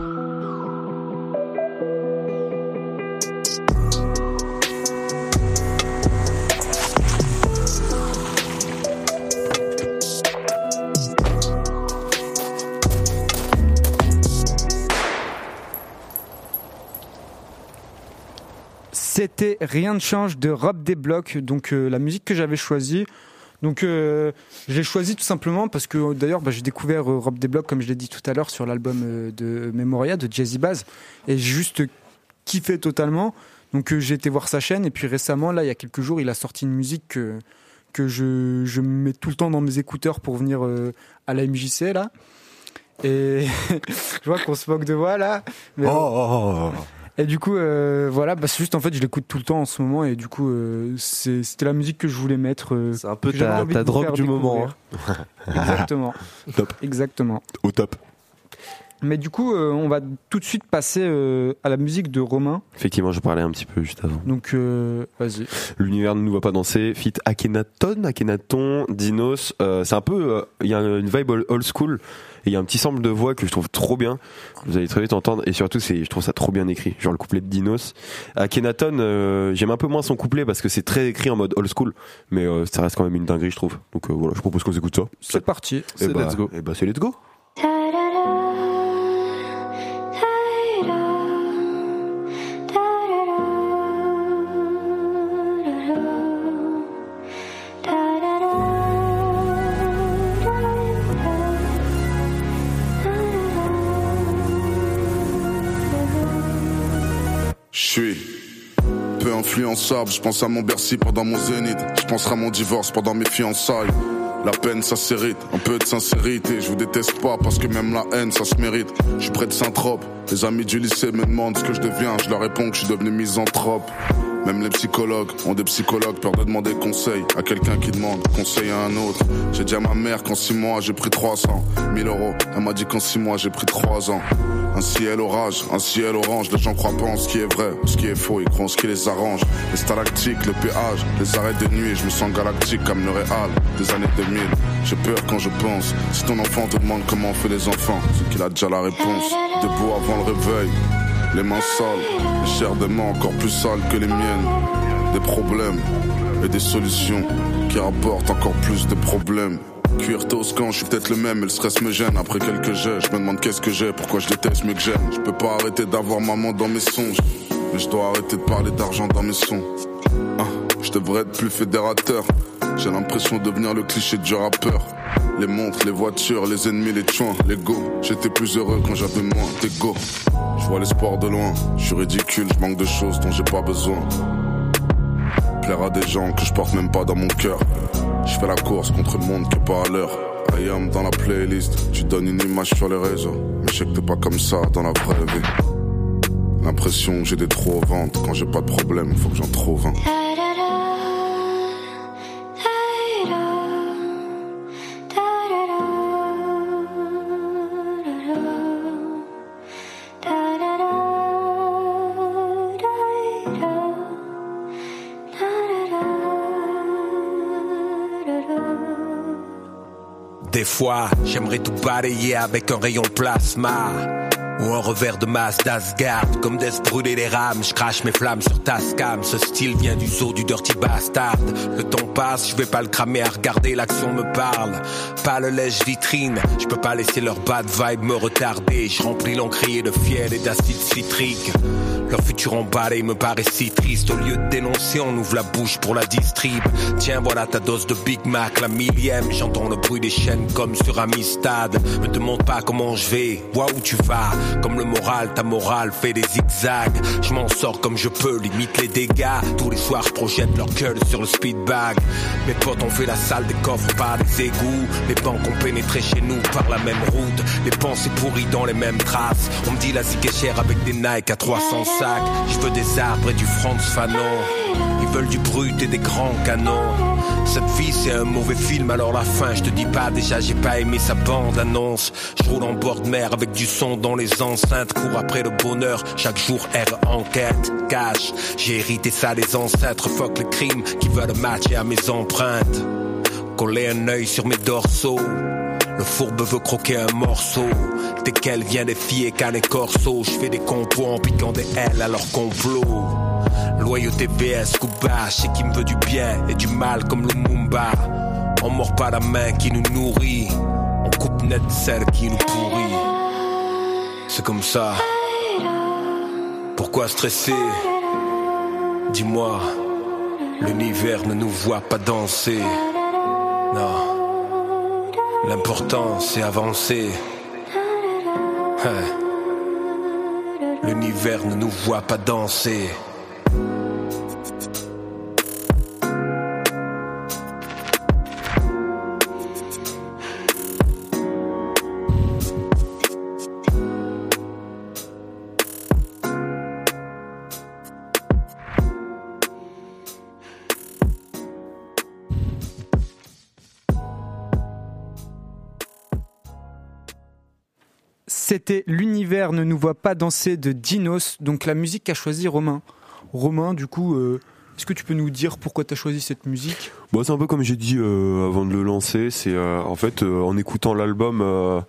C'était Rien ne change de Rob Desblocs, donc la musique que j'avais choisie. Donc je l'ai choisie tout simplement parce que d'ailleurs j'ai découvert Rob Desblocs comme je l'ai dit tout à l'heure sur l'album de Memoria de Jazzy Bass et j'ai juste kiffé totalement. Donc j'ai été voir sa chaîne et puis récemment là il y a quelques jours il a sorti une musique que je mets tout le temps dans mes écouteurs pour venir à la MJC là. Et je vois qu'on se moque de moi là. Mais et du coup, voilà, c'est juste en fait, je l'écoute tout le temps en ce moment et du coup, c'était la musique que je voulais mettre. C'est un peu ta drogue du moment. Hein. Exactement. Top. Exactement. Au top. Mais du coup, on va tout de suite passer à la musique de Romain. Effectivement, je parlais un petit peu juste avant. Donc, vas-y. L'univers ne nous va pas danser. Fit Akhenaton, Dinos. C'est un peu, il y a une vibe old school. Et il y a un petit sample de voix que je trouve trop bien. Vous allez très vite entendre. Et surtout, je trouve ça trop bien écrit. Genre le couplet de Dinos. Akhenaton, j'aime un peu moins son couplet parce que c'est très écrit en mode old school. Mais ça reste quand même une dinguerie, je trouve. Donc voilà, je propose qu'on s'écoute ça. C'est parti. C'est let's go. Et bah, c'est let's go. Je suis peu influençable. Je pense à mon Bercy pendant mon zénith. Je penserai à mon divorce pendant mes fiançailles. La peine ça s'hérite, un peu de sincérité. Je vous déteste pas parce que même la haine ça se mérite. Je suis près de Saint-Trope, les amis du lycée me demandent ce que je deviens. Je leur réponds que je suis devenu misanthrope. Même les psychologues ont des psychologues, peur de demander conseil à quelqu'un qui demande conseil à un autre. J'ai dit à ma mère qu'en 6 mois j'ai pris 300 000 euros. Elle m'a dit qu'en 6 mois j'ai pris 3 ans. Un ciel orage, un ciel orange. Les gens croient pas en ce qui est vrai ou ce qui est faux, ils croient en ce qui les arrange. Les stalactiques, le péage, les arrêts de nuit. Je me sens galactique comme le Réal des années 2000. J'ai peur quand je pense. Si ton enfant te demande comment on fait les enfants, c'est qu'il a déjà la réponse. Debout avant le réveil, les mains sales, les chairs des mains encore plus sales que les miennes. Des problèmes et des solutions qui rapportent encore plus de problèmes. Cuir toscan, je suis peut-être le même, mais le stress me gêne. Après quelques jets, je me demande qu'est-ce que j'ai, pourquoi je déteste mieux que j'aime. Je peux pas arrêter d'avoir maman dans mes songes, mais je dois arrêter de parler d'argent dans mes sons. Je devrais être plus fédérateur. J'ai l'impression de devenir le cliché du rappeur. Les montres, les voitures, les ennemis, les tuins, l'ego. J'étais plus heureux quand j'avais moins d'ego. Je vois l'espoir de loin, je suis ridicule, je manque de choses dont j'ai pas besoin. Plaire à des gens que je porte même pas dans mon cœur. Je fais la course contre le monde qui est pas à l'heure. I am dans la playlist, tu donnes une image sur les réseaux. Mais je sais que t'es pas comme ça dans la vraie vie. L'impression que j'ai des trous au ventre. Quand j'ai pas de problème, faut que j'en trouve un. Des fois, j'aimerais tout balayer avec un rayon plasma ou un revers de masse d'Asgard. Comme Death brûler les rames, je crache mes flammes sur ta scam. Ce style vient du zoo du Dirty Bastard. Le temps passe, je vais pas le cramer à regarder, l'action me parle. Pas le lèche-vitrine, je peux pas laisser leur bad vibe me retarder. Je remplis l'encrier de fiel et d'acide citrique. Leur futur emballé me paraît si triste. Au lieu de dénoncer, on ouvre la bouche pour la distrib. Tiens, voilà ta dose de Big Mac, la 1000e. J'entends le bruit des chaînes comme sur Amistad. Me demande pas comment je vais, vois où tu vas. Comme le moral, ta morale fait des zigzags. Je m'en sors comme je peux, limite les dégâts. Tous les soirs, je projette leur gueule sur le speedbag. Mes potes ont fait la salle des coffres par les égouts. Les banques ont pénétré chez nous par la même route. Les pensées pourries dans les mêmes traces. On me dit la zig est chère avec des Nike à 300 sacs. Je veux des arbres et du Frantz Fanon. Ils veulent du brut et des grands canons. Cette vie c'est un mauvais film, alors la fin je te dis pas, déjà j'ai pas aimé sa bande annonce. Je roule en bord de mer avec du son dans les enceintes. Cours après le bonheur, chaque jour R enquête, cash. J'ai hérité ça des ancêtres, fuck les crimes qui veulent matcher à mes empreintes. Coller un œil sur mes dorsaux. Le fourbe veut croquer un morceau. Dès qu'elle vient des filles et cannes et corso. Je fais des compos en piquant des ailes à leur complot. Loyauté VS Kuba, c'est qui me veut du bien et du mal comme le Mumba. On mord pas la main qui nous nourrit, on coupe net celle qui nous pourrit. C'est comme ça. Pourquoi stresser? Dis-moi, l'univers ne nous voit pas danser. Non. L'important c'est avancer. L'univers ne nous voit pas danser. C'était L'univers ne nous voit pas danser de Dinos, donc la musique qu'a choisi Romain. Romain, du coup, est-ce que tu peux nous dire pourquoi tu as choisi cette musique ? Bon, c'est un peu comme j'ai dit avant de le lancer, c'est en fait en écoutant l'album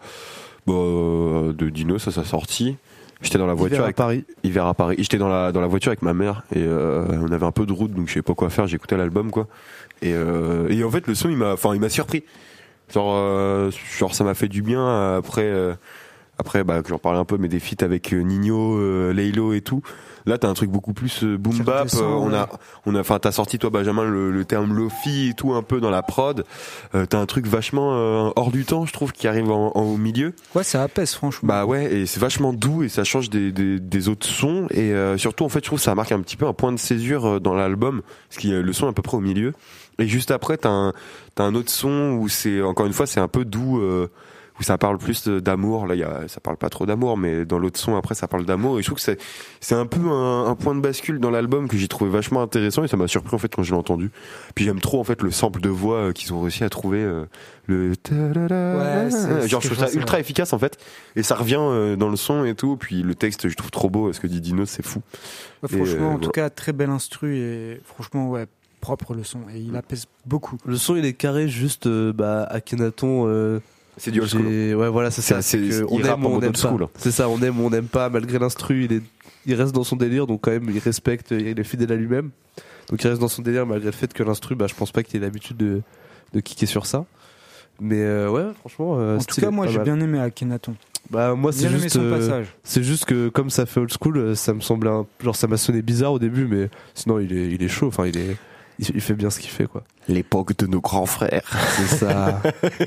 de Dinos à sa sortie, j'étais dans la voiture Hiver à Paris. J'étais dans la voiture avec ma mère et on avait un peu de route donc je savais pas quoi faire, j'écoutais l'album quoi. Et en fait le son il m'a surpris. Genre ça m'a fait du bien après après, que j'en parlais un peu, mais des feats avec Nino, Laylo et tout. Là, t'as un truc beaucoup plus boom bap. T'as sorti toi, Benjamin, le terme lofi et tout un peu dans la prod. T'as un truc vachement hors du temps, je trouve, qui arrive au milieu. Ouais, ça apaise, franchement. Bah ouais, et c'est vachement doux et ça change des autres sons. Et surtout, en fait, je trouve que ça marque un petit peu un point de césure dans l'album, parce qu'il y a le son à peu près au milieu. Et juste après, t'as un autre son où c'est, encore une fois, c'est un peu doux. Où ça parle plus d'amour. Là, ça parle pas trop d'amour, mais dans l'autre son après, ça parle d'amour. Et je trouve que c'est un peu un point de bascule dans l'album que j'ai trouvé vachement intéressant et ça m'a surpris en fait quand je l'ai entendu. Puis j'aime trop en fait le sample de voix qu'ils ont réussi à trouver. Le ouais, genre je trouve ça ultra efficace en fait. Et ça revient dans le son et tout. Puis le texte, je trouve trop beau. Ce que dit Dino, c'est fou. Ouais, franchement, en tout cas, très bel instru et franchement, ouais, propre le son et il apaise beaucoup. Le son, il est carré, juste Akhenaton. C'est du old school. Ouais, voilà, c'est ça. On aime ou on n'aime pas. C'est ça, on aime ou on n'aime pas. Malgré l'instru, il reste dans son délire, donc quand même, il respecte, il est fidèle à lui-même. Donc il reste dans son délire, malgré le fait que l'instru, je pense pas qu'il ait l'habitude de kicker sur ça. Mais ouais, franchement. En tout cas, moi, j'ai bien aimé Akhenaton. Moi, c'est juste que comme ça fait old school, ça me semblait ça m'a sonné bizarre au début, mais sinon, il est chaud. Enfin, il fait bien ce qu'il fait, quoi. L'époque de nos grands frères. C'est ça.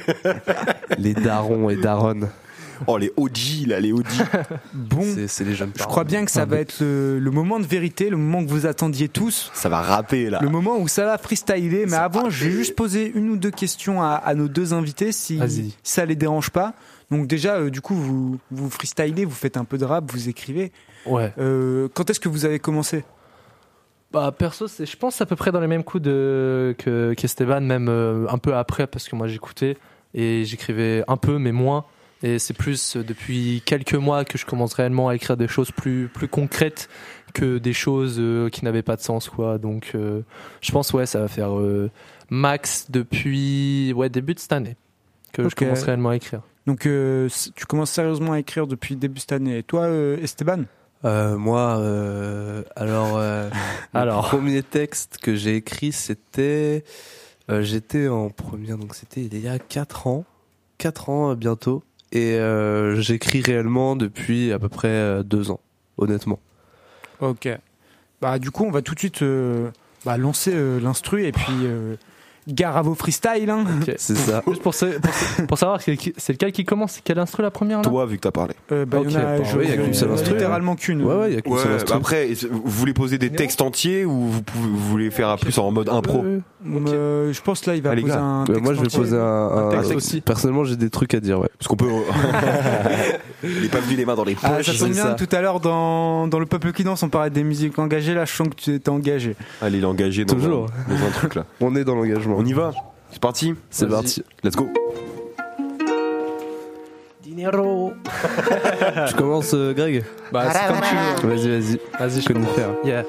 Les darons et daronnes. Oh, les OG, là, les OG. Bon, c'est les jeunes parents. Je crois bien que ça va être le moment de vérité, le moment que vous attendiez tous. Ça va rapper, là. Le moment où ça va freestyler. Mais avant, je vais juste poser une ou deux questions à nos deux invités, si ça les dérange pas. Donc déjà, du coup, vous freestylez, vous faites un peu de rap, vous écrivez. Ouais. Quand est-ce que vous avez commencé ? Perso, je pense à peu près dans les mêmes coups qu'Esteban, même un peu après, parce que moi j'écoutais et j'écrivais un peu, mais moins. Et c'est plus depuis quelques mois que je commence réellement à écrire des choses plus concrètes que des choses qui n'avaient pas de sens, quoi. Donc, je pense, ça va faire max depuis début de cette année que je commence réellement à écrire. Donc, tu commences sérieusement à écrire depuis début de cette année. Et toi, Esteban ? Moi, le premier texte que j'ai écrit, c'était, j'étais en première, donc c'était il y a 4 ans bientôt, et j'écris réellement depuis à peu près 2 ans, honnêtement. Ok. Du coup, on va tout de suite lancer l'instru et puis gare à vos freestyles. Hein. Okay. C'est ça. Juste pour savoir, c'est lequel qui commence, c'est quel instru la première là ? Toi, vu que t'as parlé. Il y a qu'une seule instru. Littéralement qu'une. Ouais, il y a qu'une seule instru. Après, vous voulez poser des textes entiers ou vous voulez faire plus en mode impro ? Je pense là, il va poser un texte. Moi, je vais poser un texte aussi. Personnellement, j'ai des trucs à dire, ouais. Parce qu'on peut. Il est pas venu les mains dans les poches. Ça tombe bien. Tout à l'heure, dans le peuple qui danse, on parlait des musiques engagées. Là, je sens que tu étais engagé. Allez, il est engagé dans un truc là. On est dans l'engagement. On y va ? C'est parti ? C'est parti. Let's go. Dinero. Tu commences, Greg ? C'est comme tu veux. Vas-y, je connais faire. Yeah.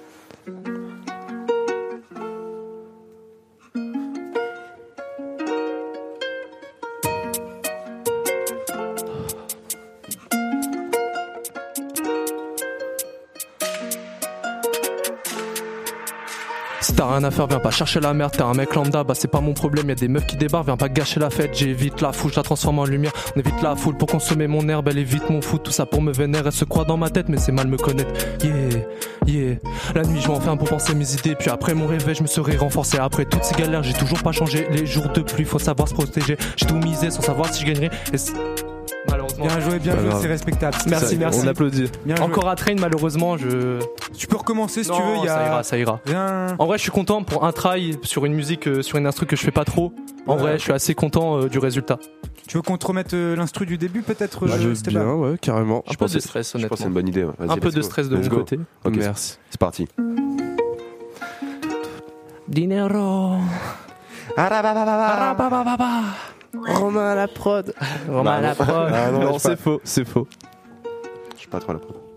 Si t'as rien à faire, viens pas chercher la merde, t'es un mec lambda, c'est pas mon problème, y'a des meufs qui débarquent, viens pas gâcher la fête, j'évite la foule, je la transforme en lumière, on évite la foule pour consommer mon herbe, elle évite mon foot, tout ça pour me vénérer, elle se croit dans ma tête, mais c'est mal me connaître, yeah, la nuit je vais enfin pour penser mes idées, puis après mon réveil je me serai renforcé, après toutes ces galères j'ai toujours pas changé, les jours de pluie faut savoir se protéger, j'ai tout misé sans savoir si je gagnerais, malheureusement. Bien joué, c'est respectable. Merci. On applaudit. Encore à train, malheureusement, Tu peux recommencer si tu veux. Ça ira. En vrai, je suis content pour un try sur une musique, sur une instru que je fais pas trop. En vrai, je suis assez content du résultat. Tu veux qu'on te remette l'instru du début, peut-être je veux bien, ouais, carrément. Un peu de stress, honnêtement. Je pense que c'est une bonne idée. Ouais. Un peu de stress de mon côté. Okay, merci. C'est parti. Dinero. Romain à la prod. Non, c'est faux. Je suis pas trop à la prod.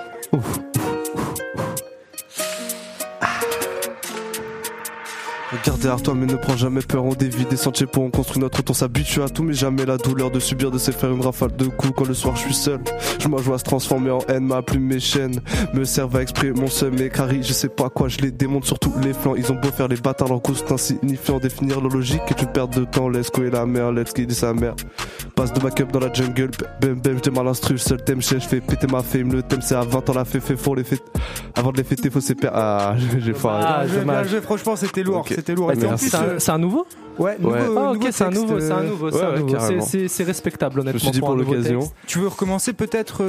Regarde Regarde derrière toi mais ne prends jamais peur, on dévie des sentiers pour on construit notre route, on s'habitue à tout mais jamais la douleur de subir, de se faire une rafale de coups quand le soir je suis seul. Je m'en joue à se transformer en haine, ma plume, mes chaînes me servent à exprimer mon seum, mes caries, je sais pas quoi, je les démonte sur tous les flancs. Ils ont beau faire les bâtards, leur coup c'est insignifiant, définir leur logique et tu perds de temps, laisse couler la mer, let's dit sa mère. Passe de backup dans la jungle, bam bam, j'démarre l'instru, le seul thème, je fais péter ma fame, le thème c'est à 20 ans la fait faut les fêter. Avant de les fêter, faut s'épaire. Ah, j'ai foiré. Ah, franchement, c'était lourd. Okay. C'était lourd. Bah, en plus, c'est un nouveau? Ouais, nouveau, ah, ok, nouveau c'est un nouveau, texte, c'est un nouveau, c'est un nouveau. C'est respectable, honnêtement. Je me suis dit pour l'occasion. Tu veux recommencer peut-être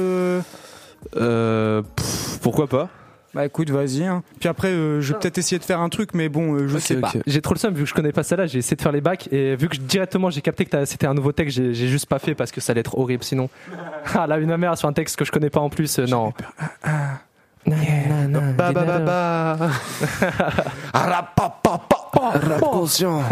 pourquoi pas? Bah écoute, vas-y. Hein. Puis après, je vais peut-être essayer de faire un truc, mais bon, je sais pas. J'ai trop le seum vu que je connais pas celle-là. J'ai essayé de faire les bacs et vu que directement j'ai capté que c'était un nouveau texte, j'ai juste pas fait parce que ça allait être horrible sinon. Ah là, une mère sur un texte que je connais pas en plus, non. Rap conscient.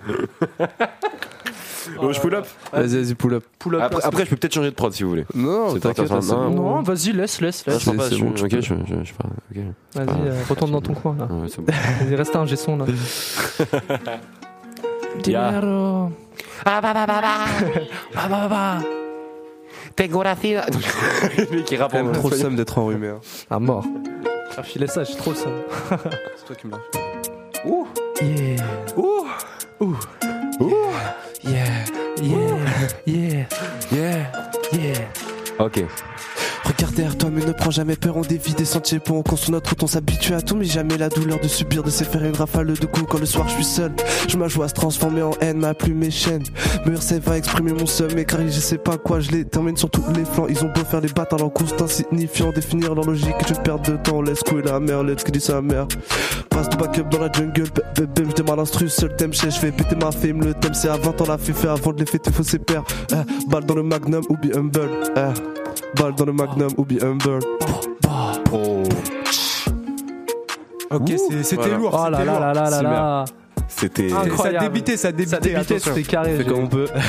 Bon, je pull up. Vas-y, pull up. Après, je peux peut-être changer de prod si vous voulez. Non, t'inquiète. Non, vas-y, laisse. Je sais pas, c'est bon, ok, je pars. Ok. Vas-y, retourne dans ton coin là. Ouais, c'est bon. Vas-y, reste un G-son là. Dinero. Tengo la fille. Le mec qui rappe en trop le seum d'être enrhumé. À mort. Faire filer ça, j'ai trop le seum. C'est toi qui me lâches. Ouh. Yeah. Ouh. Ouh. Ouh. Yeah. Ok. Regarde derrière toi mais ne prends jamais peur, on dévie des sentiers pour on construit notre route, on s'habitue à tout mais jamais la douleur de subir, de se faire une rafale de coups quand le soir je suis seul. Je m'en joue à se transformer en haine, ma plume, mes chaînes me servent à exprimer mon seum, mes caries, je sais pas quoi, je les termine sur tous les flancs. Ils ont beau faire les bâtards, leur coup c'est insignifiant, définir leur logique et tu perds de temps, laisse couler la mer, let's dit sa mère. Passe de backup dans la jungle, bam, je démarre l'instru, seul thème, je fais péter ma fame, le thème c'est à 20 ans la fait avant de les fêter, faut s'épaire. Balle dans le magnum ou be humble. Balle dans le magnum ou be humble. Ok, c'était lourd. Oh là là là là là. C'était ça débitait, c'était carré. Fait comme on peut.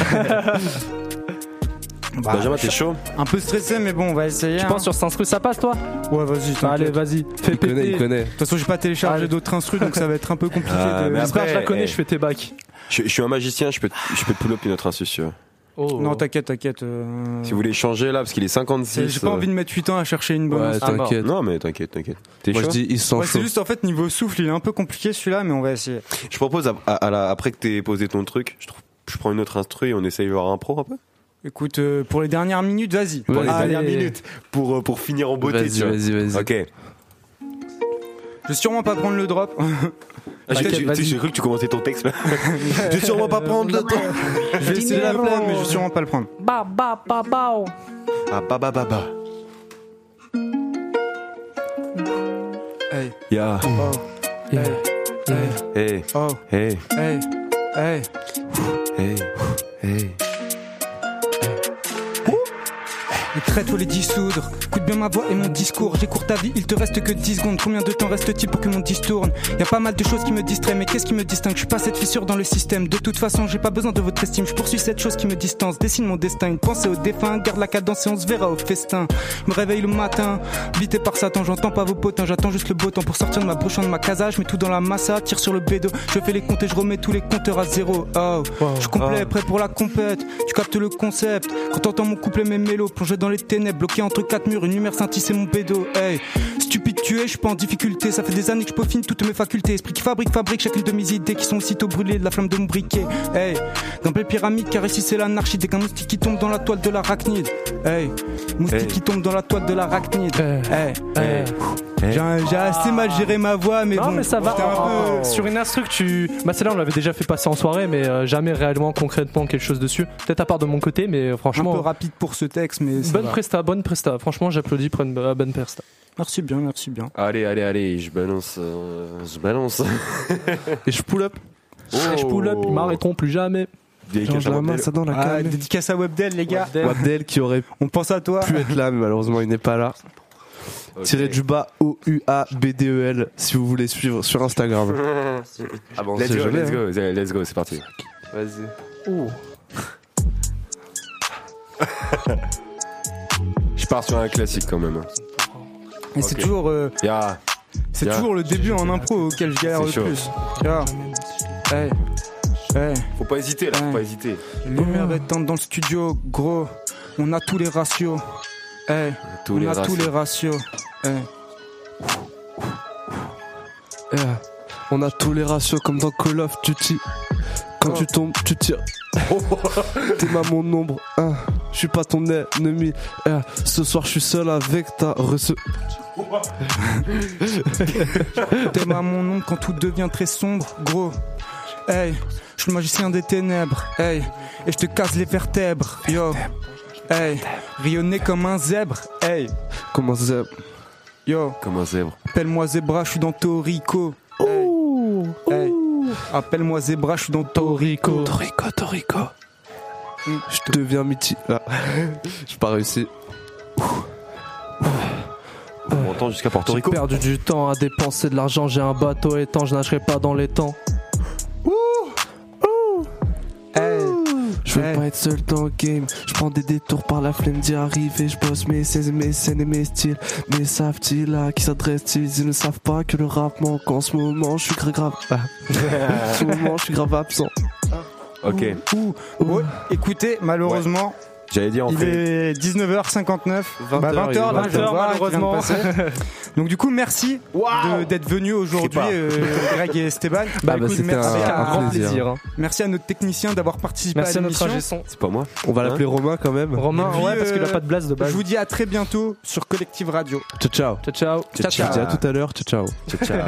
Benjamin, t'es chaud? Un peu stressé, mais bon, on va essayer. Tu penses sur cet instru ça passe toi? Ouais, vas-y. Allez, vas-y. Fais péter. Il connaît. De toute façon, j'ai pas téléchargé d'autres instrus, donc ça va être un peu compliqué. J'espère que je la connais, je fais tes bacs. Je suis un magicien, je peux te pull up une autre insu si tu veux. Oh. Non, t'inquiète. Si vous voulez changer là, parce qu'il est 56. J'ai pas envie de mettre 8 ans à chercher une bonne. Ouais, t'inquiète. Non, mais t'inquiète. T'es Moi chaud? je dis, ils sont Ouais, chauds. c'est juste en fait, niveau souffle, il est un peu compliqué celui-là, mais on va essayer. Je propose, après que t'aies posé ton truc, je prends une autre instru et on essaye de voir un pro un peu. Écoute, pour les dernières minutes, vas-y. Pour les Allez. dernières minutes, pour finir en beauté. Vas-y. Ok. Je vais sûrement pas prendre le drop. J'ai cru que tu commençais ton texte là. Je vais sûrement pas prendre le temps. Je vais essayer de la prendre, mais je vais sûrement pas le prendre. Ba. Ah, ba. Hey. Yeah. Hey. Hey. Oh. Hey. Hey. Hey. Hey. Traite-toi les dissoudre. Écoute bien ma voix et mon discours. J'écoute ta vie, il te reste que 10 secondes. Combien de temps reste-t-il pour que mon disque tourne? Y'a pas mal de choses qui me distraient, mais qu'est-ce qui me distingue? Je suis pas cette fissure dans le système. De toute façon, j'ai pas besoin de votre estime. Je poursuis cette chose qui me distance. Dessine mon destin, une pensée au défunt. Garde la cadence et on se verra au festin. Je me réveille le matin, habité par Satan. J'entends pas vos potins, j'attends juste le beau temps pour sortir de ma brochant de ma casa. Je mets tout dans la massa, tire sur le bédo. Je fais les comptes et je remets tous les compteurs à zéro. Oh, je suis complet, prêt pour la compète. Tu captes le concept. Quand t'entends mon couplet, mes mélos plongés dans les ténèbres, bloqué entre 4 murs, une lumière scintille, c'est mon bédo. Hey, stupide tu es, je suis pas en difficulté. Ça fait des années que je peaufine toutes mes facultés. Esprit qui fabrique chacune de mes idées qui sont aussitôt brûlées de la flamme de mon briquet. Hey, dans les pyramides, car ici c'est l'anarchie. Dès qu'un moustique qui tombe dans la toile de l'arachnide. Hey, moustique qui tombe dans la toile de l'arachnide. Hey. J'ai assez mal géré ma voix, mais non, bon. mais ça va. Un peu... Sur une instru que tu. Bah, celle-là, on l'avait déjà fait passer en soirée, mais jamais réellement, concrètement, quelque chose dessus. Peut-être à part de mon côté, mais franchement. Un peu rapide pour ce texte, mais. Bonne presta. Franchement, j'applaudis pour une bonne presta. Merci bien. Allez, je balance. Et je pull up. Je pull up, ils m'arrêteront plus jamais. Change la main, ça dans la cam. Dédicace à Webdel, les gars. Webdel qui aurait On pense à toi. pu être là, mais malheureusement il n'est pas là. Tiré du bas OUABDEL si vous voulez suivre sur Instagram. Ah bon, let's go, c'est parti. Vas-y. Je pars sur un classique quand même. Et c'est toujours. Yeah. C'est toujours le début en impro auquel je galère le chaud. plus. Tu vois. Hey, hey. Faut pas hésiter là, faut pas hésiter. Lumière éteinte dans le studio, gros. On a tous les ratios. Hey, tous les ratios. Hey. Yeah. On a tous les ratios comme dans Call of Duty. Quand tu tombes, tu tires. T'es ma mon ombre, hein. Je suis pas ton ennemi. Yeah. Ce soir, je suis seul avec ta T'es ma mon ombre quand tout devient très sombre, gros. Hey, je suis le magicien des ténèbres. Hey, et je te casse les vertèbres. Yo. Hey, rayonner comme un zèbre. Hey, comme un zèbre. Yo. Comme un zèbre. Appelle-moi Zebra, je suis dans Torico. Hey. Hey. Appelle-moi Zebra, je suis dans Torico. Torico. Je deviens mythique. Ah. J'ai pas réussi. On m'entend jusqu'à Porto Rico. J'ai perdu du temps à dépenser de l'argent. J'ai un bateau étanche, je nagerai pas dans les temps. Je veux pas être seul dans le game. Je prends des détours par la flemme d'y arriver. Je bosse mes scènes et mes styles. Mais savent-ils à qui s'adressent-ils? Ils ne savent pas que le rap manque. En ce moment je suis grave En ce moment je suis grave absent. Ok. Ouais, écoutez, malheureusement, j'allais dire en il fait. est 19h59. 20h, 20h, malheureusement. Donc du coup, merci d'être venu aujourd'hui, Greg et Esteban. Écoute, merci un grand plaisir. Merci à notre technicien d'avoir participé Merci à à notre l'émission. ingé son. C'est pas moi. On va l'appeler Romain quand même. Romain, Et puis, ouais, parce qu'il a pas de blase de base. Je vous dis à très bientôt sur Collective Radio. Ciao. Ciao. Je te dis à tout à l'heure. Ciao. Ciao.